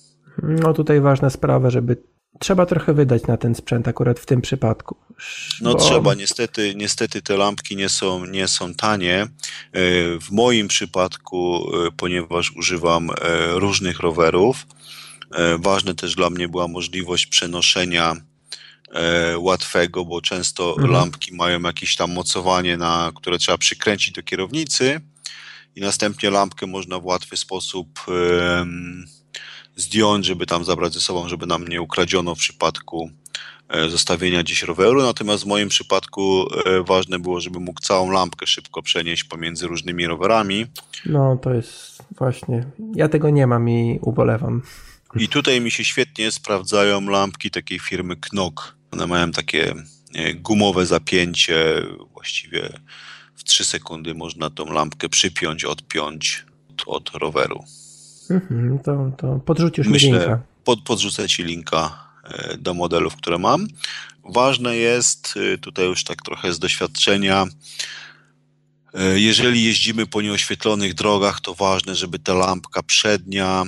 No tutaj ważna sprawa, żeby trzeba trochę wydać na ten sprzęt akurat w tym przypadku. No bo... trzeba, niestety, niestety te lampki nie są, nie są tanie. W moim przypadku, ponieważ używam różnych rowerów, ważne też dla mnie była możliwość przenoszenia łatwego, bo często mhm. lampki mają jakieś tam mocowanie, na które trzeba przykręcić do kierownicy i następnie lampkę można w łatwy sposób um, zdjąć, żeby tam zabrać ze sobą, żeby nam nie ukradziono w przypadku zostawienia gdzieś roweru, natomiast w moim przypadku ważne było, żeby mógł całą lampkę szybko przenieść pomiędzy różnymi rowerami. No to jest właśnie, ja tego nie mam i ubolewam. I tutaj mi się świetnie sprawdzają lampki takiej firmy Knock. One mają takie gumowe zapięcie, właściwie w trzy sekundy można tą lampkę przypiąć, odpiąć od, od roweru. Mhm, to, to podrzucisz mi Myślę, linka. Pod, podrzucę Ci linka do modelów, które mam. Ważne jest, tutaj już tak trochę z doświadczenia, jeżeli jeździmy po nieoświetlonych drogach, to ważne, żeby ta lampka przednia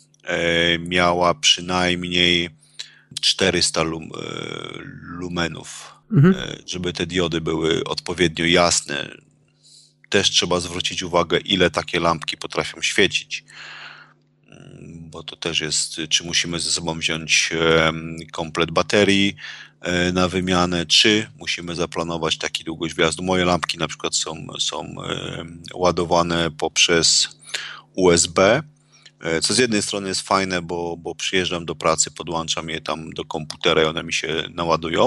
miała przynajmniej czterysta lum, lumenów, mhm. żeby te diody były odpowiednio jasne. Też trzeba zwrócić uwagę, ile takie lampki potrafią świecić, bo to też jest, czy musimy ze sobą wziąć komplet baterii, na wymianę, czy musimy zaplanować taki długość wjazdu. Moje lampki na przykład są, są ładowane poprzez U S B, co z jednej strony jest fajne, bo, bo przyjeżdżam do pracy, podłączam je tam do komputera i one mi się naładują,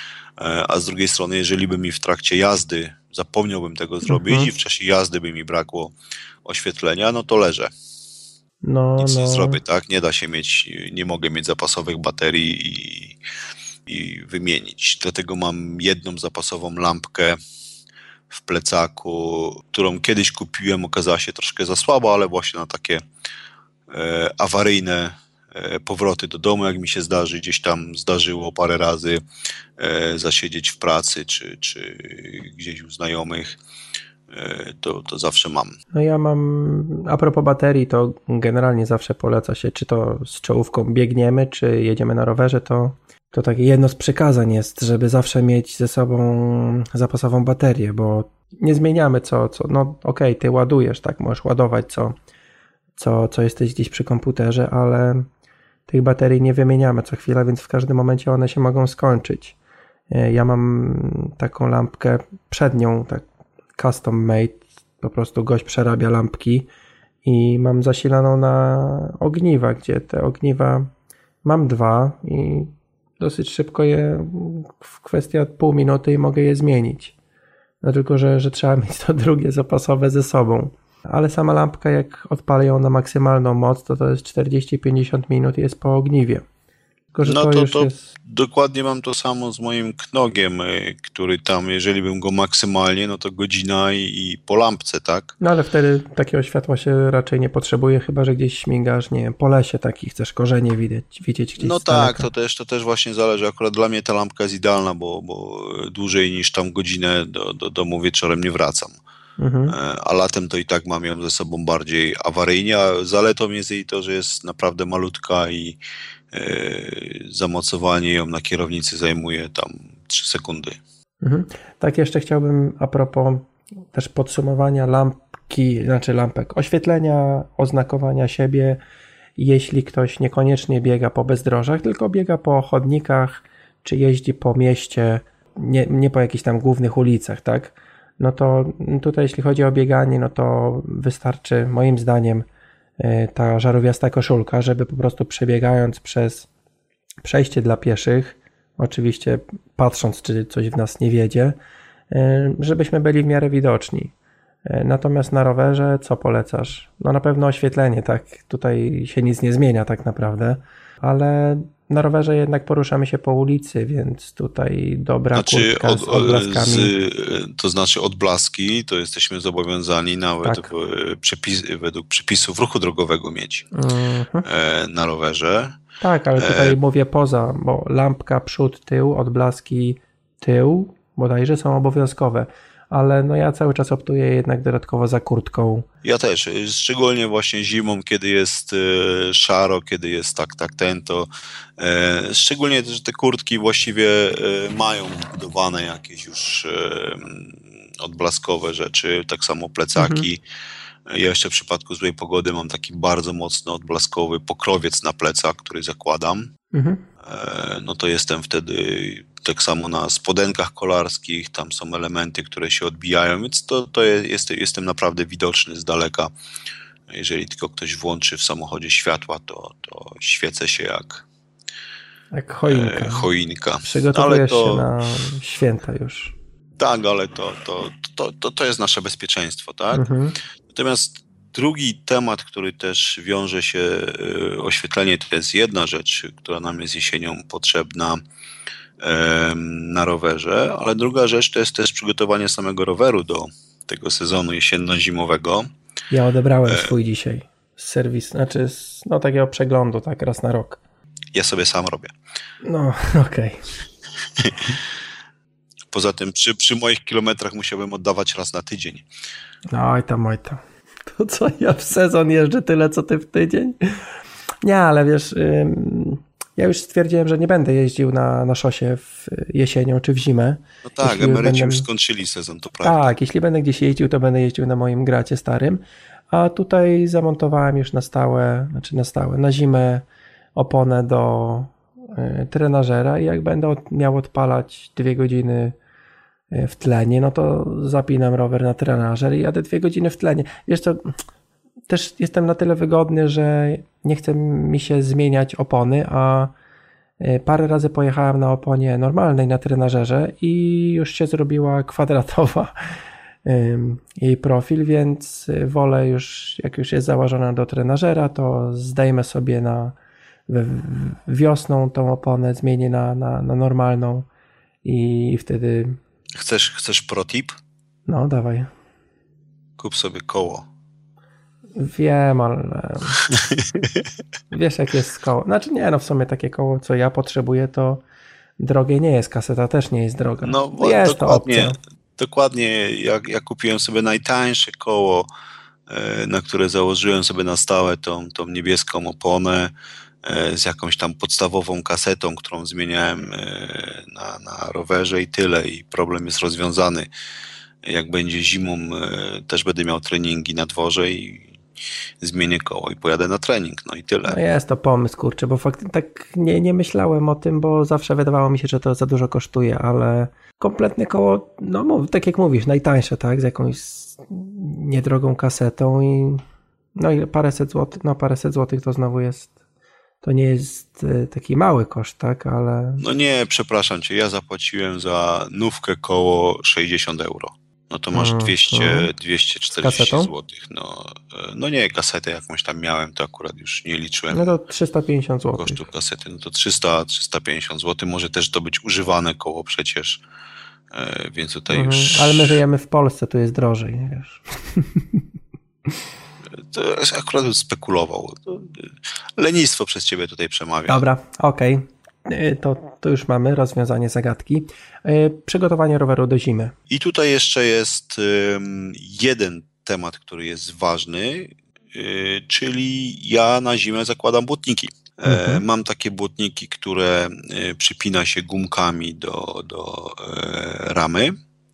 a z drugiej strony, jeżeli by mi w trakcie jazdy zapomniałbym tego zrobić mhm. i w czasie jazdy by mi brakło oświetlenia, no to leżę. No, Nic no. nie zrobię, tak? Nie da się mieć, nie mogę mieć zapasowych baterii i, i wymienić. Dlatego mam jedną zapasową lampkę w plecaku, którą kiedyś kupiłem, okazała się troszkę za słaba, ale właśnie na takie e, awaryjne e, powroty do domu, jak mi się zdarzy, gdzieś tam zdarzyło parę razy e, zasiedzieć w pracy, czy, czy gdzieś u znajomych, e, to, to zawsze mam. No ja mam, a propos baterii, to generalnie zawsze poleca się, czy to z czołówką biegniemy, czy jedziemy na rowerze, to To takie jedno z przykazań jest, żeby zawsze mieć ze sobą zapasową baterię, bo nie zmieniamy co, co no okej, okay, ty ładujesz, tak, możesz ładować co, co, co jesteś gdzieś przy komputerze, ale tych baterii nie wymieniamy co chwilę, więc w każdym momencie one się mogą skończyć. Ja mam taką lampkę przednią, tak custom made, po prostu gość przerabia lampki i mam zasilaną na ogniwa, gdzie te ogniwa mam dwa i dosyć szybko je, w kwestii pół minuty i mogę je zmienić. No tylko, że, że trzeba mieć to drugie zapasowe ze sobą. Ale sama lampka, jak odpalę ją na maksymalną moc, to to jest czterdzieści pięćdziesiąt minut i jest po ogniwie. Tylko, że no to, to, już to jest... dokładnie mam to samo z moim knogiem, który tam, jeżeli bym go maksymalnie, no to godzina i, i po lampce, tak? No ale wtedy takiego światła się raczej nie potrzebuje, chyba że gdzieś śmigasz, nie wiem, po lesie taki, chcesz korzenie widzieć, widzieć gdzieś No z tak, daleka. to też, to też właśnie zależy. Akurat dla mnie ta lampka jest idealna, bo, bo dłużej niż tam godzinę do, do domu wieczorem nie wracam. Mhm. A latem to i tak mam ją ze sobą bardziej awaryjnie, a zaletą jest jej to, że jest naprawdę malutka i yy, zamocowanie ją na kierownicy zajmuje tam trzy sekundy. Mhm. Tak jeszcze chciałbym a propos też podsumowania lampki, znaczy lampek, oświetlenia, oznakowania siebie, jeśli ktoś niekoniecznie biega po bezdrożach, tylko biega po chodnikach, czy jeździ po mieście, nie, nie po jakichś tam głównych ulicach, tak? No to tutaj jeśli chodzi o bieganie, no to wystarczy moim zdaniem ta żarówiasta koszulka, żeby po prostu przebiegając przez przejście dla pieszych, oczywiście patrząc, czy coś w nas nie wiedzie, żebyśmy byli w miarę widoczni. Natomiast na rowerze co polecasz? No na pewno oświetlenie, tak, tutaj się nic nie zmienia tak naprawdę, ale na rowerze jednak poruszamy się po ulicy, więc tutaj dobra znaczy, kurtka od, z odblaskami. Z, to znaczy odblaski, to jesteśmy zobowiązani nawet tak. w, przepis, według przepisów ruchu drogowego mieć mhm. na rowerze. Tak, ale tutaj e... mówię poza, bo lampka przód, tył, odblaski tył bodajże są obowiązkowe. Ale no ja cały czas optuję jednak dodatkowo za kurtką. Ja też, szczególnie właśnie zimą, kiedy jest e, szaro, kiedy jest tak, tak ten, to e, szczególnie, że te kurtki właściwie e, mają budowane jakieś już e, odblaskowe rzeczy, tak samo plecaki. Mhm. Ja jeszcze w przypadku złej pogody mam taki bardzo mocno odblaskowy pokrowiec na plecach, który zakładam. Mhm. E, no to jestem wtedy... Tak samo na spodenkach kolarskich, tam są elementy, które się odbijają, więc to, to jest, jestem naprawdę widoczny z daleka. Jeżeli tylko ktoś włączy w samochodzie światła, to, to świecę się jak, jak choinka. E, choinka. Przygotowujesz to, się na święta już. Tak, ale to, to, to, to, to jest nasze bezpieczeństwo, tak? Mhm. Natomiast drugi temat, który też wiąże się, oświetlenie to jest jedna rzecz, która nam jest jesienią potrzebna na rowerze, ale druga rzecz to jest też przygotowanie samego roweru do tego sezonu jesienno-zimowego. Ja odebrałem e... swój dzisiaj z serwisu, znaczy z no, takiego przeglądu, tak raz na rok. Ja sobie sam robię. No, okej. Okay. Poza tym przy, przy moich kilometrach musiałbym oddawać raz na tydzień. No oj tam, oj tam. To co, ja w sezon jeżdżę tyle, co ty w tydzień? Nie, ale wiesz... Ym... Ja już stwierdziłem, że nie będę jeździł na, na szosie w jesienią czy w zimę. No tak, jeśli emeryci będę... już skończyli sezon, to prawda. Tak, jeśli będę gdzieś jeździł, to będę jeździł na moim gracie starym, a tutaj zamontowałem już na stałe, znaczy na stałe, na zimę oponę do y, trenażera i jak będę od, miał odpalać dwie godziny w tlenie, no to zapinam rower na trenażer i jadę dwie godziny w tlenie. Wiesz co, też jestem na tyle wygodny, że nie chce mi się zmieniać opony, a parę razy pojechałem na oponie normalnej na trenażerze i już się zrobiła kwadratowa jej profil, więc wolę już, jak już jest założona do trenażera, to zdejmę sobie na wiosną tą oponę, zmienię na, na, na normalną i wtedy... Chcesz, chcesz pro tip? No, dawaj. Kup sobie koło. Wiem, ale wiesz jak jest koło. Znaczy nie, no w sumie takie koło, co ja potrzebuję, to drogie nie jest, kaseta też nie jest droga. No bo jest dokładnie, to opcja. dokładnie jak ja kupiłem sobie najtańsze koło, na które założyłem sobie na stałe tą, tą niebieską oponę z jakąś tam podstawową kasetą, którą zmieniałem na, na rowerze i tyle i problem jest rozwiązany. Jak będzie zimą, też będę miał treningi na dworze i zmienię koło i pojadę na trening, no i tyle. No jest to pomysł, kurczę, bo faktycznie tak nie, nie myślałem o tym, bo zawsze wydawało mi się, że to za dużo kosztuje, ale kompletne koło, no mów, tak jak mówisz, najtańsze, tak, z jakąś niedrogą kasetą i no i paręset złotych, no paręset złotych to znowu jest, to nie jest taki mały koszt, tak, ale... No nie, przepraszam cię, ja zapłaciłem za nówkę koło sześćdziesiąt euro. No to masz dwieście, dwieście czterdzieści złotych. No, no nie, kasetę jakąś tam miałem, to akurat już nie liczyłem. No to trzysta pięćdziesiąt złotych. Kosztu kasety, no to trzysta, trzysta pięćdziesiąt złotych. Może też to być używane koło przecież, więc tutaj mhm, już... Ale my żyjemy w Polsce, tu jest drożej, nie wiesz. To akurat bym spekulował. To lenistwo przez ciebie tutaj przemawia. Dobra, okej. Okay. To, to już mamy rozwiązanie zagadki. Przygotowanie roweru do zimy. I tutaj jeszcze jest jeden temat, który jest ważny, czyli ja na zimę zakładam błotniki. Mhm. Mam takie błotniki, które przypina się gumkami do, do ramy.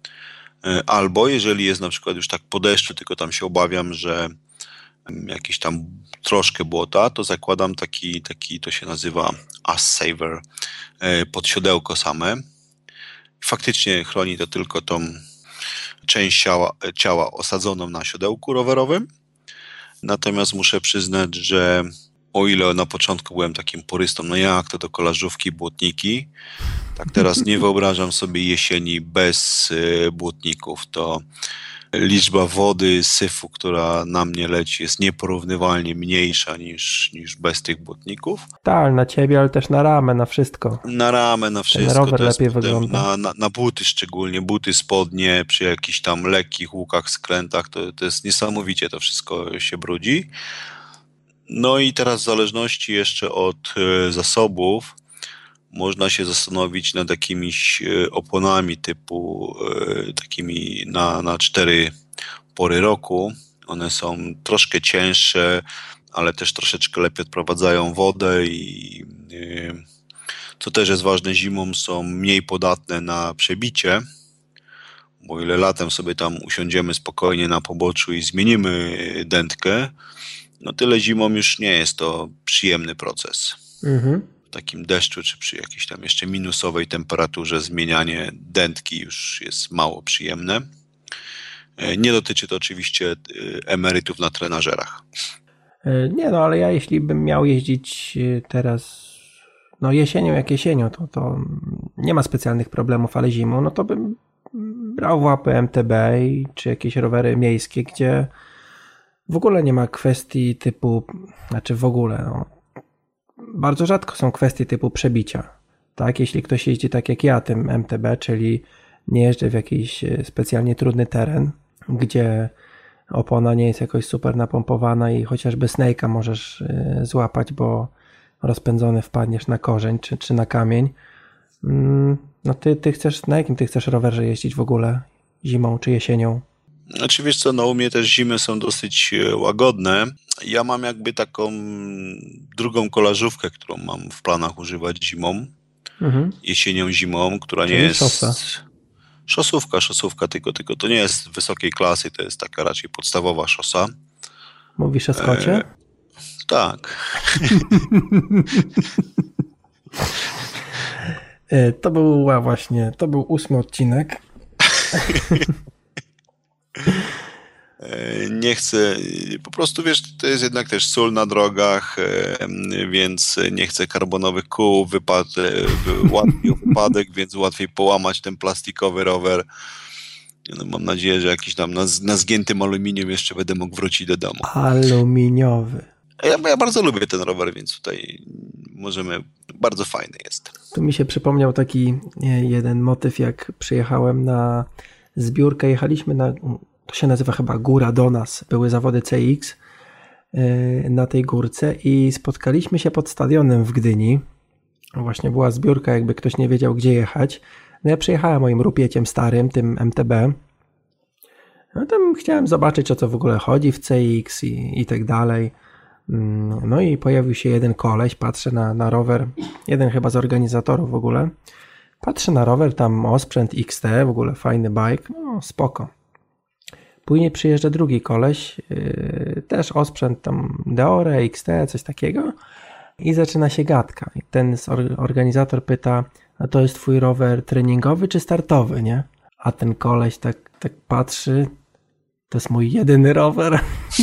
Albo jeżeli jest na przykład już tak po deszczu, tylko tam się obawiam, że jakieś tam troszkę błota, to zakładam taki, taki to się nazywa Ass Saver pod siodełko same. Faktycznie chroni to tylko tą część ciała, ciała osadzoną na siodełku rowerowym. Natomiast muszę przyznać, że o ile na początku byłem takim porystą, no jak to do kolażówki, błotniki, tak teraz nie wyobrażam sobie jesieni bez błotników. To liczba wody, syfu, która na mnie leci, jest nieporównywalnie mniejsza niż, niż bez tych błotników. Tak, na ciebie, ale też na ramę, na wszystko. Na ramę, na wszystko. Ten rower lepiej wygląda. Na, na, na buty szczególnie, buty, spodnie, przy jakichś tam lekkich łukach, skrętach, to, to jest niesamowicie, to wszystko się brudzi. No i teraz w zależności jeszcze od y, zasobów, można się zastanowić nad jakimiś oponami typu y, takimi na, na cztery pory roku. One są troszkę cięższe, ale też troszeczkę lepiej odprowadzają wodę i y, co też jest ważne, zimą są mniej podatne na przebicie, bo ile latem sobie tam usiądziemy spokojnie na poboczu i zmienimy dętkę, no tyle zimą już nie jest to przyjemny proces. Mhm. W takim deszczu, czy przy jakiejś tam jeszcze minusowej temperaturze zmienianie dętki już jest mało przyjemne. Nie dotyczy to oczywiście emerytów na trenażerach. Nie no, ale ja jeśli bym miał jeździć teraz, no jesienią jak jesienią, to, to nie ma specjalnych problemów, ale zimą, no to bym brał w łapy M T B czy jakieś rowery miejskie, gdzie w ogóle nie ma kwestii typu, znaczy w ogóle, no, bardzo rzadko są kwestie typu przebicia. Tak, jeśli ktoś jeździ tak jak ja tym M T B, czyli nie jeżdżę w jakiś specjalnie trudny teren, gdzie opona nie jest jakoś super napompowana i chociażby snake'a możesz złapać, bo rozpędzony wpadniesz na korzeń czy, czy na kamień. No ty, ty chcesz, na jakim ty chcesz rowerze jeździć w ogóle? Zimą czy jesienią? Znaczy wiesz co, no u mnie też zimy są dosyć łagodne. Ja mam jakby taką drugą kolażówkę, którą mam w planach używać zimą, mhm. jesienią, zimą, która Czyli nie jest... Szosa. Szosówka, szosówka, tylko, tylko to nie jest wysokiej klasy, to jest taka raczej podstawowa szosa. Mówisz o Skocie? E, tak. To był właśnie, to był ósmy odcinek. Nie chcę, po prostu wiesz, to jest jednak też sól na drogach, więc nie chcę karbonowych kół, wypad, łatwiej o wypadek, więc łatwiej połamać ten plastikowy rower. No, mam nadzieję, że jakiś tam na, na zgiętym aluminium jeszcze będę mógł wrócić do domu. Aluminiowy. Ja, ja bardzo lubię ten rower, więc tutaj możemy, bardzo fajny jest. Tu mi się przypomniał taki jeden motyw, jak przyjechałem na zbiórkę, jechaliśmy na, to się nazywa chyba Góra do nas, były zawody C X na tej górce i spotkaliśmy się pod stadionem w Gdyni. Właśnie była zbiórka, jakby ktoś nie wiedział, gdzie jechać. No ja przyjechałem moim rupieciem starym, tym M T B. No tam chciałem zobaczyć, o co w ogóle chodzi w C X i, i tak dalej. No i pojawił się jeden koleś, patrzę na, na rower, jeden chyba z organizatorów w ogóle. Patrzę na rower, tam osprzęt X T, w ogóle fajny bike, no spoko. Później przyjeżdża drugi koleś, yy, też osprzęt tam Deore, X T, coś takiego i zaczyna się gadka. I ten organizator pyta, a to jest twój rower treningowy czy startowy, nie? A ten koleś tak, tak patrzy, to jest mój jedyny rower.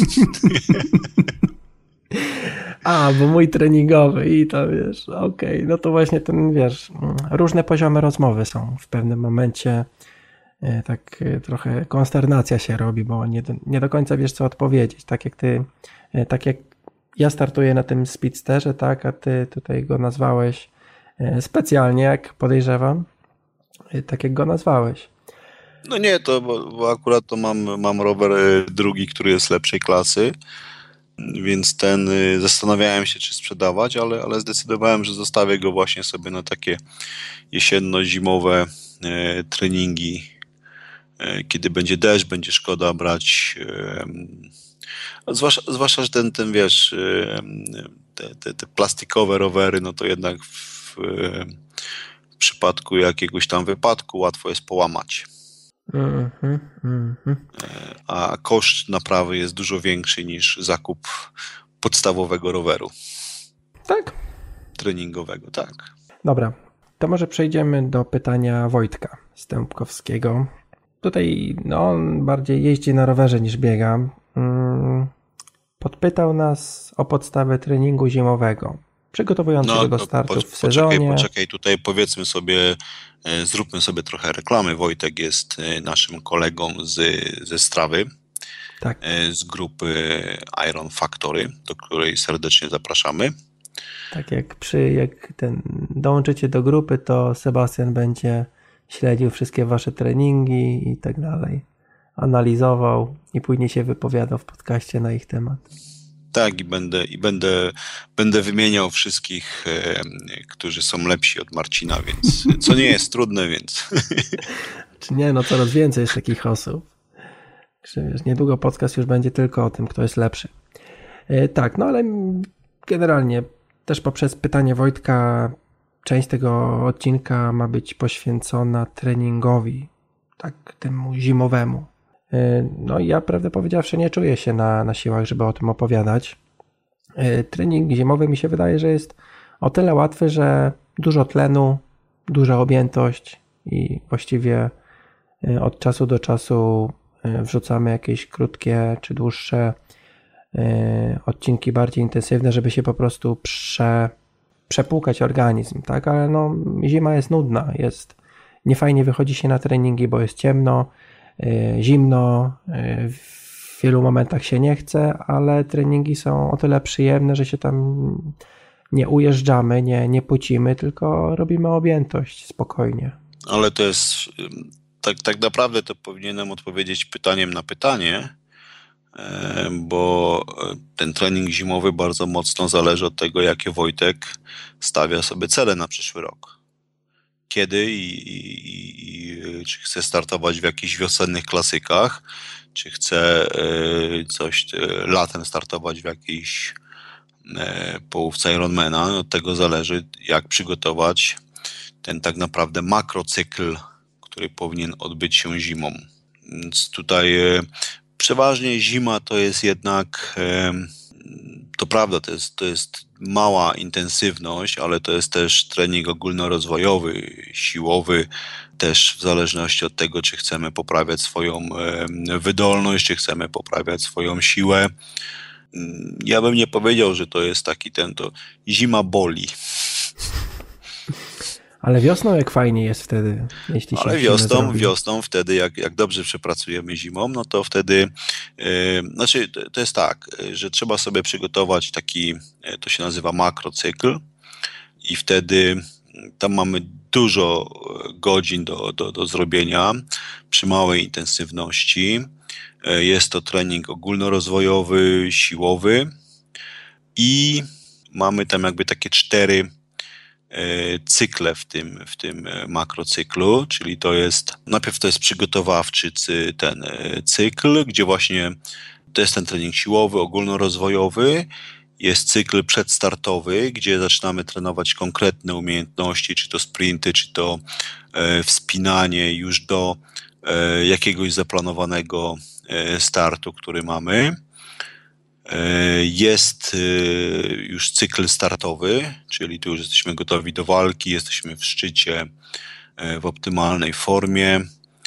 A, bo mój treningowy i to wiesz, okej, okay. No to właśnie ten, wiesz, różne poziomy rozmowy są. W pewnym momencie tak trochę konsternacja się robi, bo nie do, nie do końca wiesz, co odpowiedzieć. Tak jak ty, tak jak ja startuję na tym Speedsterze, tak, a ty tutaj go nazwałeś specjalnie, jak podejrzewam, tak jak go nazwałeś. No nie, to bo, bo akurat to mam, mam rower drugi, który jest lepszej klasy, więc ten zastanawiałem się, czy sprzedawać, ale, ale zdecydowałem, że zostawię go właśnie sobie na takie jesienno-zimowe e, treningi. E, kiedy będzie deszcz, będzie szkoda brać. E, zwłaszcza, zwłaszcza, że ten, ten wiesz, e, te, te, te plastikowe rowery, no to jednak w, e, w przypadku jakiegoś tam wypadku łatwo jest połamać. Mm-hmm, mm-hmm. A koszt naprawy jest dużo większy niż zakup podstawowego roweru. Tak? Treningowego, tak. Dobra, to może przejdziemy do pytania Wojtka Stępkowskiego. Tutaj no, on bardziej jeździ na rowerze niż biega. Podpytał nas o podstawę treningu zimowego, przygotowującego no, do startów po, w sezonie. Poczekaj, poczekaj, tutaj powiedzmy sobie, zróbmy sobie trochę reklamy. Wojtek jest naszym kolegą z, ze Strawy, tak. Z grupy Iron Factory, do której serdecznie zapraszamy. Tak, jak przy, jak ten dołączycie do grupy, to Sebastian będzie śledził wszystkie wasze treningi i tak dalej. Analizował i później się wypowiadał w podcaście na ich temat. Tak, i będę, i będę, będę wymieniał wszystkich, e, którzy są lepsi od Marcina, więc co nie jest trudne, więc... Czy nie, no coraz więcej jest takich osób. Wiesz, niedługo podcast już będzie tylko o tym, kto jest lepszy. E, tak, no ale generalnie też poprzez pytanie Wojtka część tego odcinka ma być poświęcona treningowi, tak temu zimowemu. No i ja, prawdę powiedziawszy, nie czuję się na, na siłach, żeby o tym opowiadać. Trening zimowy mi się wydaje, że jest o tyle łatwy, że dużo tlenu, duża objętość i właściwie od czasu do czasu wrzucamy jakieś krótkie czy dłuższe odcinki bardziej intensywne, żeby się po prostu prze, przepłukać organizm, tak? Ale no, zima jest nudna, jest niefajnie wychodzi się na treningi, bo jest ciemno, zimno, w wielu momentach się nie chce, ale treningi są o tyle przyjemne, że się tam nie ujeżdżamy, nie, nie pocimy, tylko robimy objętość spokojnie. Ale to jest, tak, tak naprawdę to powinienem odpowiedzieć pytaniem na pytanie, bo ten trening zimowy bardzo mocno zależy od tego, jakie Wojtek stawia sobie cele na przyszły rok. Kiedy i, i, i czy chce startować w jakichś wiosennych klasykach, czy chce coś latem startować w jakiejś połówce Ironmana. Od tego zależy, jak przygotować ten tak naprawdę makrocykl, który powinien odbyć się zimą. Więc tutaj przeważnie zima to jest jednak, to prawda, to jest, to jest mała intensywność, ale to jest też trening ogólnorozwojowy, siłowy, też w zależności od tego, czy chcemy poprawiać swoją wydolność, czy chcemy poprawiać swoją siłę. Ja bym nie powiedział, że to jest taki ten, to zima boli. Ale wiosną jak fajnie jest wtedy, jeśli się Ale wiosną, wiosną wtedy jak, jak dobrze przepracujemy zimą, no to wtedy, yy, znaczy to, to jest tak, że trzeba sobie przygotować taki, to się nazywa makrocykl i wtedy tam mamy dużo godzin do, do, do zrobienia przy małej intensywności. Jest to trening ogólnorozwojowy, siłowy i mamy tam jakby takie cztery cykle w tym, w tym makrocyklu, czyli to jest, najpierw to jest przygotowawczy ten cykl, gdzie właśnie to jest ten trening siłowy, ogólnorozwojowy, jest cykl przedstartowy, gdzie zaczynamy trenować konkretne umiejętności, czy to sprinty, czy to wspinanie już do jakiegoś zaplanowanego startu, który mamy. Jest już cykl startowy, czyli tu już jesteśmy gotowi do walki, jesteśmy w szczycie, w optymalnej formie,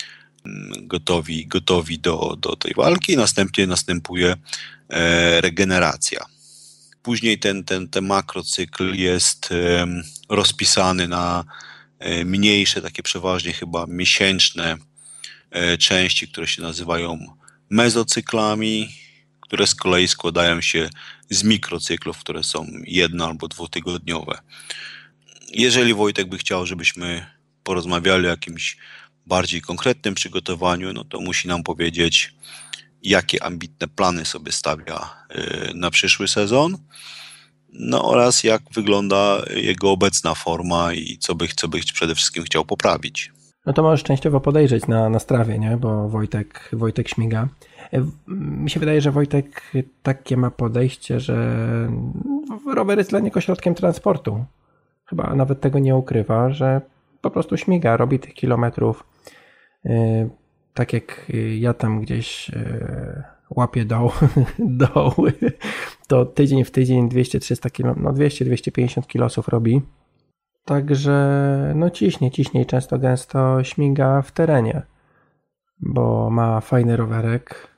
gotowi, gotowi do, do tej walki. Następnie następuje regeneracja. Później ten, ten, ten makrocykl jest rozpisany na mniejsze, takie przeważnie chyba miesięczne części, które się nazywają mezocyklami, które z kolei składają się z mikrocyklów, które są jedno- albo dwutygodniowe. Jeżeli Wojtek by chciał, żebyśmy porozmawiali o jakimś bardziej konkretnym przygotowaniu, no to musi nam powiedzieć, jakie ambitne plany sobie stawia na przyszły sezon, no oraz jak wygląda jego obecna forma i co by, co by przede wszystkim chciał poprawić. No to możesz częściowo podejrzeć na, na strawie, nie? Bo Wojtek, Wojtek śmiga. Mi się wydaje, że Wojtek takie ma podejście, że rower jest dla niego środkiem transportu. Chyba nawet tego nie ukrywa, że po prostu śmiga, robi tych kilometrów. Tak jak ja tam gdzieś łapię doł, doły, to tydzień w tydzień dwieście trzysta kilometrów, no dwieście dwieście pięćdziesiąt kilosów robi. Także no ciśnie, ciśnie i często gęsto śmiga w terenie, bo ma fajny rowerek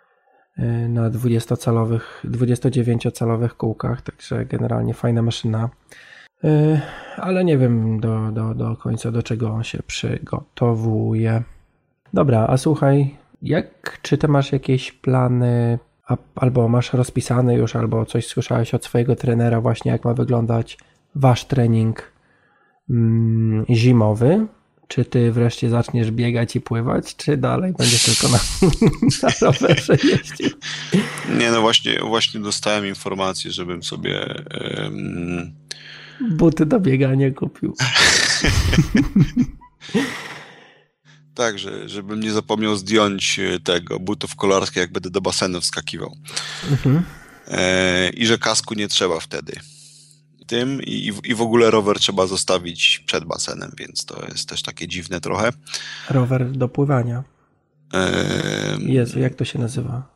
na dwudziestocalowych, dwudziestodziewięciocalowych kółkach, także generalnie fajna maszyna, ale nie wiem do, do, do końca do czego on się przygotowuje. Dobra, a słuchaj, jak, czy ty masz jakieś plany, a, albo masz rozpisane już, albo coś słyszałeś od swojego trenera właśnie, jak ma wyglądać wasz trening mm, zimowy? Czy ty wreszcie zaczniesz biegać i pływać, czy dalej będziesz tylko na, na rowerze jeździł? Nie, no właśnie, właśnie dostałem informację, żebym sobie um... buty do biegania kupił. Tak, że, żebym nie zapomniał zdjąć tego butów kolarskich, jak będę do basenu wskakiwał. Mhm. E, I że kasku nie trzeba wtedy. Tym i, i w ogóle rower trzeba zostawić przed basenem, więc to jest też takie dziwne trochę. Rower do pływania. Ehm... Jezu, jak to się nazywa?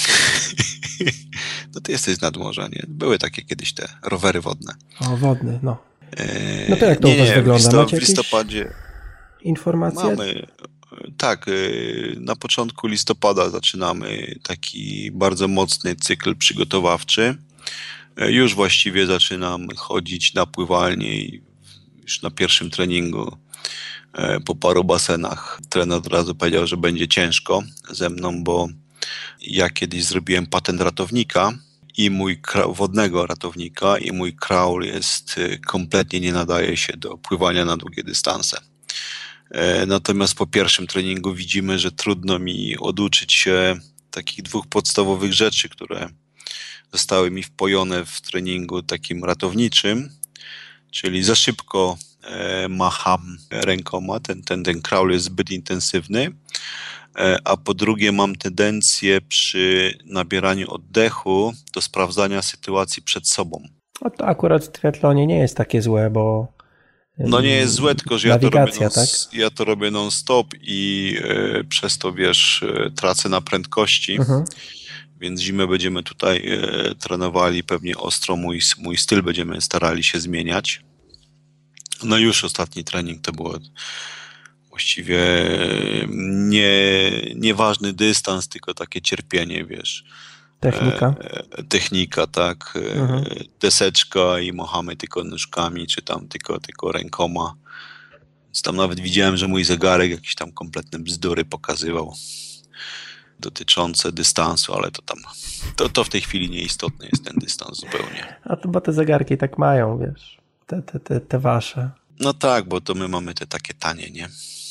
No ty jesteś z nadmorza, nie? Były takie kiedyś te rowery wodne. O, wodny, no. Eee... No to jak to nie, u was nie, wygląda? W, Macie w listopadzie informacje? Mamy. Tak, na początku listopada zaczynamy taki bardzo mocny cykl przygotowawczy. Już właściwie zaczynam chodzić na pływalnię i już na pierwszym treningu po paru basenach trener od razu powiedział, że będzie ciężko ze mną, bo ja kiedyś zrobiłem patent ratownika i mój wodnego ratownika i mój kraul jest kompletnie nie nadaje się do pływania na długie dystanse. Natomiast po pierwszym treningu widzimy, że trudno mi oduczyć się takich dwóch podstawowych rzeczy, które zostały mi wpojone w treningu takim ratowniczym, czyli za szybko e, macham rękoma, ten, ten, ten kraul jest zbyt intensywny, e, a po drugie mam tendencję przy nabieraniu oddechu do sprawdzania sytuacji przed sobą. No to akurat w triathlonie nie jest takie złe, bo no nie jest złe, tylko że ja to robię non, tak? ja to robię non-stop i e, przez to, wiesz, e, tracę na prędkości. Mhm. Więc zimę będziemy tutaj e, trenowali pewnie ostro, mój, mój styl będziemy starali się zmieniać. No już ostatni trening to było właściwie nie, nieważny dystans, tylko takie cierpienie, wiesz. Technika. E, technika, tak. E, Mhm. Deseczka i machamy tylko nóżkami, czy tam tylko, tylko rękoma. Więc tam nawet widziałem, że mój zegarek jakieś tam kompletne bzdury pokazywał dotyczące dystansu, ale to tam, to, to w tej chwili nieistotny jest ten dystans zupełnie. A to bo te zegarki tak mają, wiesz, te, te, te, te wasze. No tak, bo to my mamy te takie tanie, nie?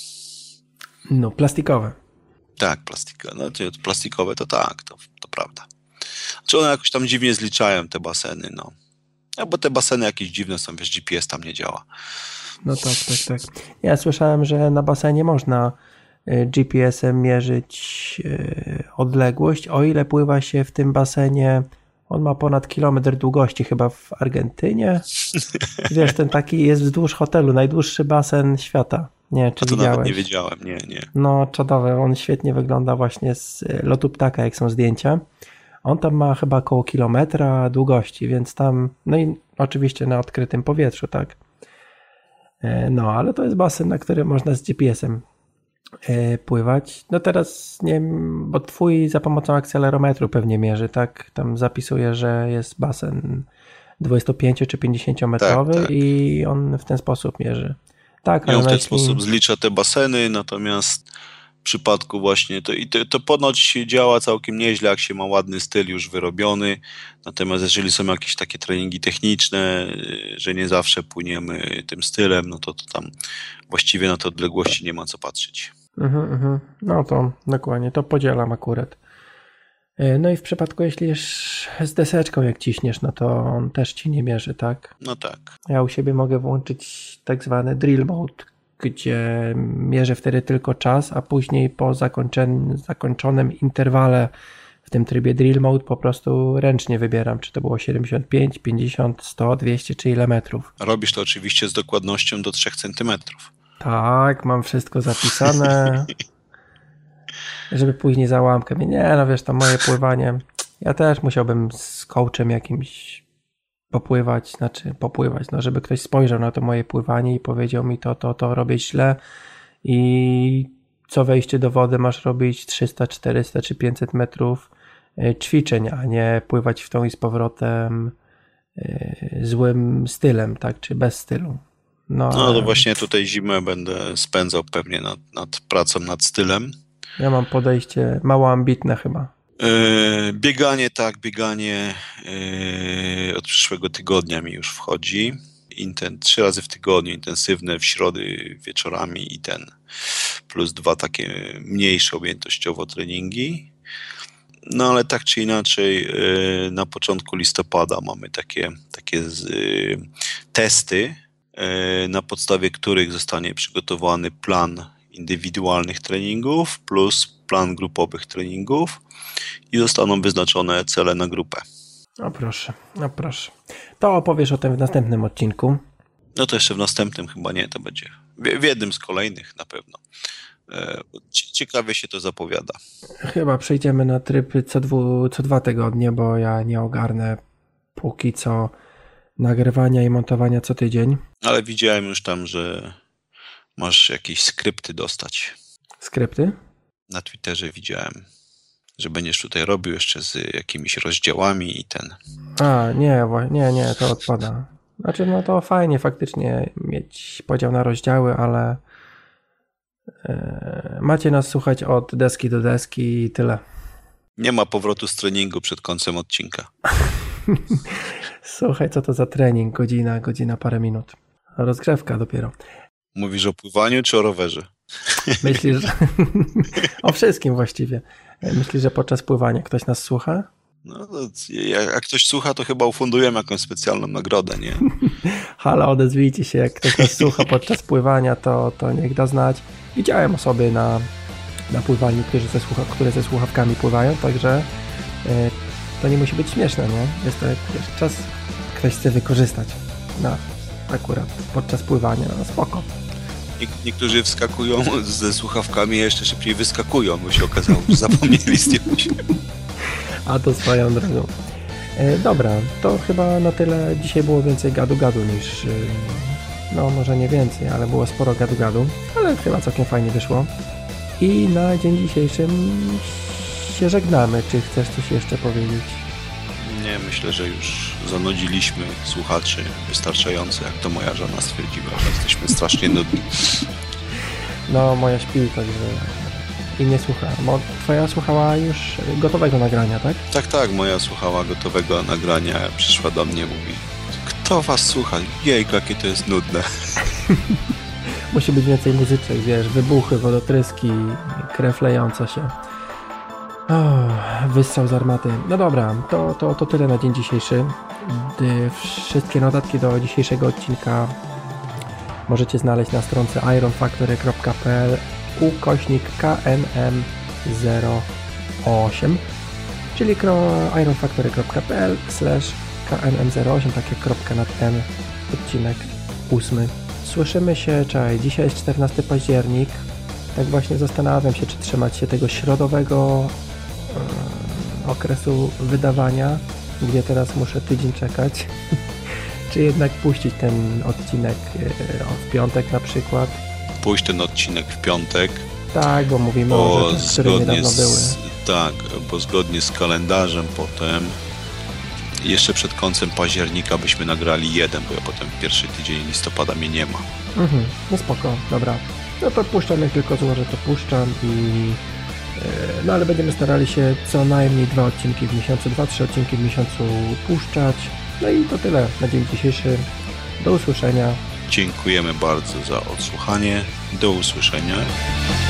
No, plastikowe. Tak, plastikowe. No, plastikowe to tak, to, to prawda. Czy one jakoś tam dziwnie zliczają te baseny, no. No bo te baseny jakieś dziwne są, wiesz, G P S tam nie działa. No tak, tak, tak. Ja słyszałem, że na basenie można G P S-em mierzyć odległość, o ile pływa się w tym basenie. On ma ponad kilometr długości chyba w Argentynie. Wiesz, ten taki jest wzdłuż hotelu, najdłuższy basen świata. Nie wiem, czy A to widziałeś. nawet nie wiedziałem, nie, nie. No, czadowe, on świetnie wygląda właśnie z lotu ptaka, jak są zdjęcia. On tam ma chyba około kilometra długości, więc tam, no i oczywiście na odkrytym powietrzu, tak. No, ale to jest basen, na którym można z G P S-em pływać. No teraz nie wiem, bo twój za pomocą akcelerometru pewnie mierzy, tak? Tam zapisuje, że jest basen dwudziestopięcio czy pięćdziesięciometrowy tak, tak. i on w ten sposób mierzy. Tak, I on ale w ten jeśli... sposób zlicza te baseny, natomiast w przypadku właśnie to, i to, to ponoć działa całkiem nieźle, jak się ma ładny styl już wyrobiony, natomiast jeżeli są jakieś takie treningi techniczne, że nie zawsze płyniemy tym stylem, no to, to tam właściwie na te odległości nie ma co patrzeć. Mhm, mhm. No to dokładnie, to podzielam akurat. No i w przypadku, jeśli z deseczką jak ciśniesz, no to on też ci nie mierzy, tak? No tak. Ja u siebie mogę włączyć tak zwany drill mode, gdzie mierzę wtedy tylko czas, a później po zakończonym, zakończonym interwale w tym trybie drill mode po prostu ręcznie wybieram, czy to było siedemdziesiąt pięć, pięćdziesiąt, sto, dwieście czy ile metrów. Robisz to oczywiście z dokładnością do trzech centymetrów. Tak, mam wszystko zapisane, żeby później załamkę. Nie, no wiesz, to moje pływanie, ja też musiałbym z coachem jakimś popływać, znaczy popływać, no żeby ktoś spojrzał na to moje pływanie i powiedział mi to, to, to robię źle i co wejście do wody masz robić trzysta, czterysta czy pięćset metrów ćwiczeń, a nie pływać w tą i z powrotem złym stylem, tak, czy bez stylu. No, no to właśnie tutaj zimę będę spędzał pewnie nad, nad pracą nad stylem. Ja mam podejście mało ambitne chyba. Yy, bieganie, tak, bieganie yy, od przyszłego tygodnia mi już wchodzi. Inten, trzy razy w tygodniu, intensywne w środy wieczorami i ten, plus dwa takie mniejsze objętościowo treningi. No ale tak czy inaczej yy, na początku listopada mamy takie, takie z, yy, testy, yy, na podstawie których zostanie przygotowany plan indywidualnych treningów plus plan grupowych treningów i zostaną wyznaczone cele na grupę. O proszę, o proszę. To opowiesz o tym w następnym odcinku. No to jeszcze w następnym chyba nie, to będzie w, w jednym z kolejnych na pewno. E, ciekawie się to zapowiada. Chyba przejdziemy na tryb co, dwu, co dwa tygodnie, bo ja nie ogarnę póki co nagrywania i montowania co tydzień. Ale widziałem już tam, że masz jakieś skrypty dostać. Skrypty? Na Twitterze widziałem, że będziesz tutaj robił jeszcze z jakimiś rozdziałami i ten. A, nie, nie, nie, to odpada. Znaczy, no to fajnie faktycznie mieć podział na rozdziały, ale yy, macie nas słuchać od deski do deski i tyle. Nie ma powrotu z treningu przed końcem odcinka. Słuchaj, co to za trening? Godzina, godzina, parę minut. Rozgrzewka dopiero. Mówisz o pływaniu czy o rowerze? Myślisz, że... o wszystkim właściwie. Myślisz, że podczas pływania ktoś nas słucha? No, to jak ktoś słucha, to chyba ufundujemy jakąś specjalną nagrodę, nie? Halo, odezwijcie się, jak ktoś nas słucha podczas pływania, to, to niech da znać. Widziałem osoby na, na pływaniu, które ze, słucha, które ze słuchawkami pływają, także y, to nie musi być śmieszne, nie? Jest to wiesz, czas, ktoś chce wykorzystać na akurat podczas pływania, no spoko. Niektórzy wskakują ze słuchawkami, a jeszcze szybciej wyskakują, bo się okazało, że zapomnieli zdjąć. A to swoją drogą. E, dobra, to chyba na tyle. Dzisiaj było więcej gadu-gadu niż... No, może nie więcej, ale było sporo gadu-gadu. Ale chyba całkiem fajnie wyszło. I na dzień dzisiejszym się żegnamy. Czy chcesz coś jeszcze powiedzieć? Nie, myślę, że już zanudziliśmy słuchaczy wystarczająco, jak to moja żona stwierdziła, że jesteśmy strasznie nudni. No, moja śpi, także i nie słucha. Bo twoja słuchała już gotowego nagrania, tak? Tak, tak, moja słuchała gotowego nagrania, przyszła do mnie, mówi: kto was słucha? Jejku, jakie to jest nudne. Musi być więcej muzyczek, wiesz, wybuchy, wodotryski, krew lejąca się. O, wystrzał z armaty. No dobra, to, to, to tyle na dzień dzisiejszy. Wszystkie notatki do dzisiejszego odcinka możecie znaleźć na stronce ironfactory kropka p l ukośnik k n m zero osiem, czyli ironfactory kropka p l slash k n m zero osiem, takie kropka nad n, odcinek ósmy. Słyszymy się, czekaj, dzisiaj jest czternasty październik. Tak właśnie zastanawiam się, czy trzymać się tego środowego yy, okresu wydawania, gdzie teraz muszę tydzień czekać, czy jednak puścić ten odcinek yy, w piątek na przykład. Puść ten odcinek w piątek. Tak, bo mówimy bo o rzeczach, które niedawno z, były. Tak, bo zgodnie z kalendarzem potem jeszcze przed końcem października byśmy nagrali jeden, bo ja potem pierwszy tydzień listopada mnie nie ma. Mhm, no spoko, dobra. No to puszczam, jak tylko złożę, to puszczam i yy, no ale będziemy starali się co najmniej dwa odcinki w miesiącu, dwa, trzy odcinki w miesiącu puszczać. No i to tyle na dzień dzisiejszy. Do usłyszenia. Dziękujemy bardzo za odsłuchanie. Do usłyszenia.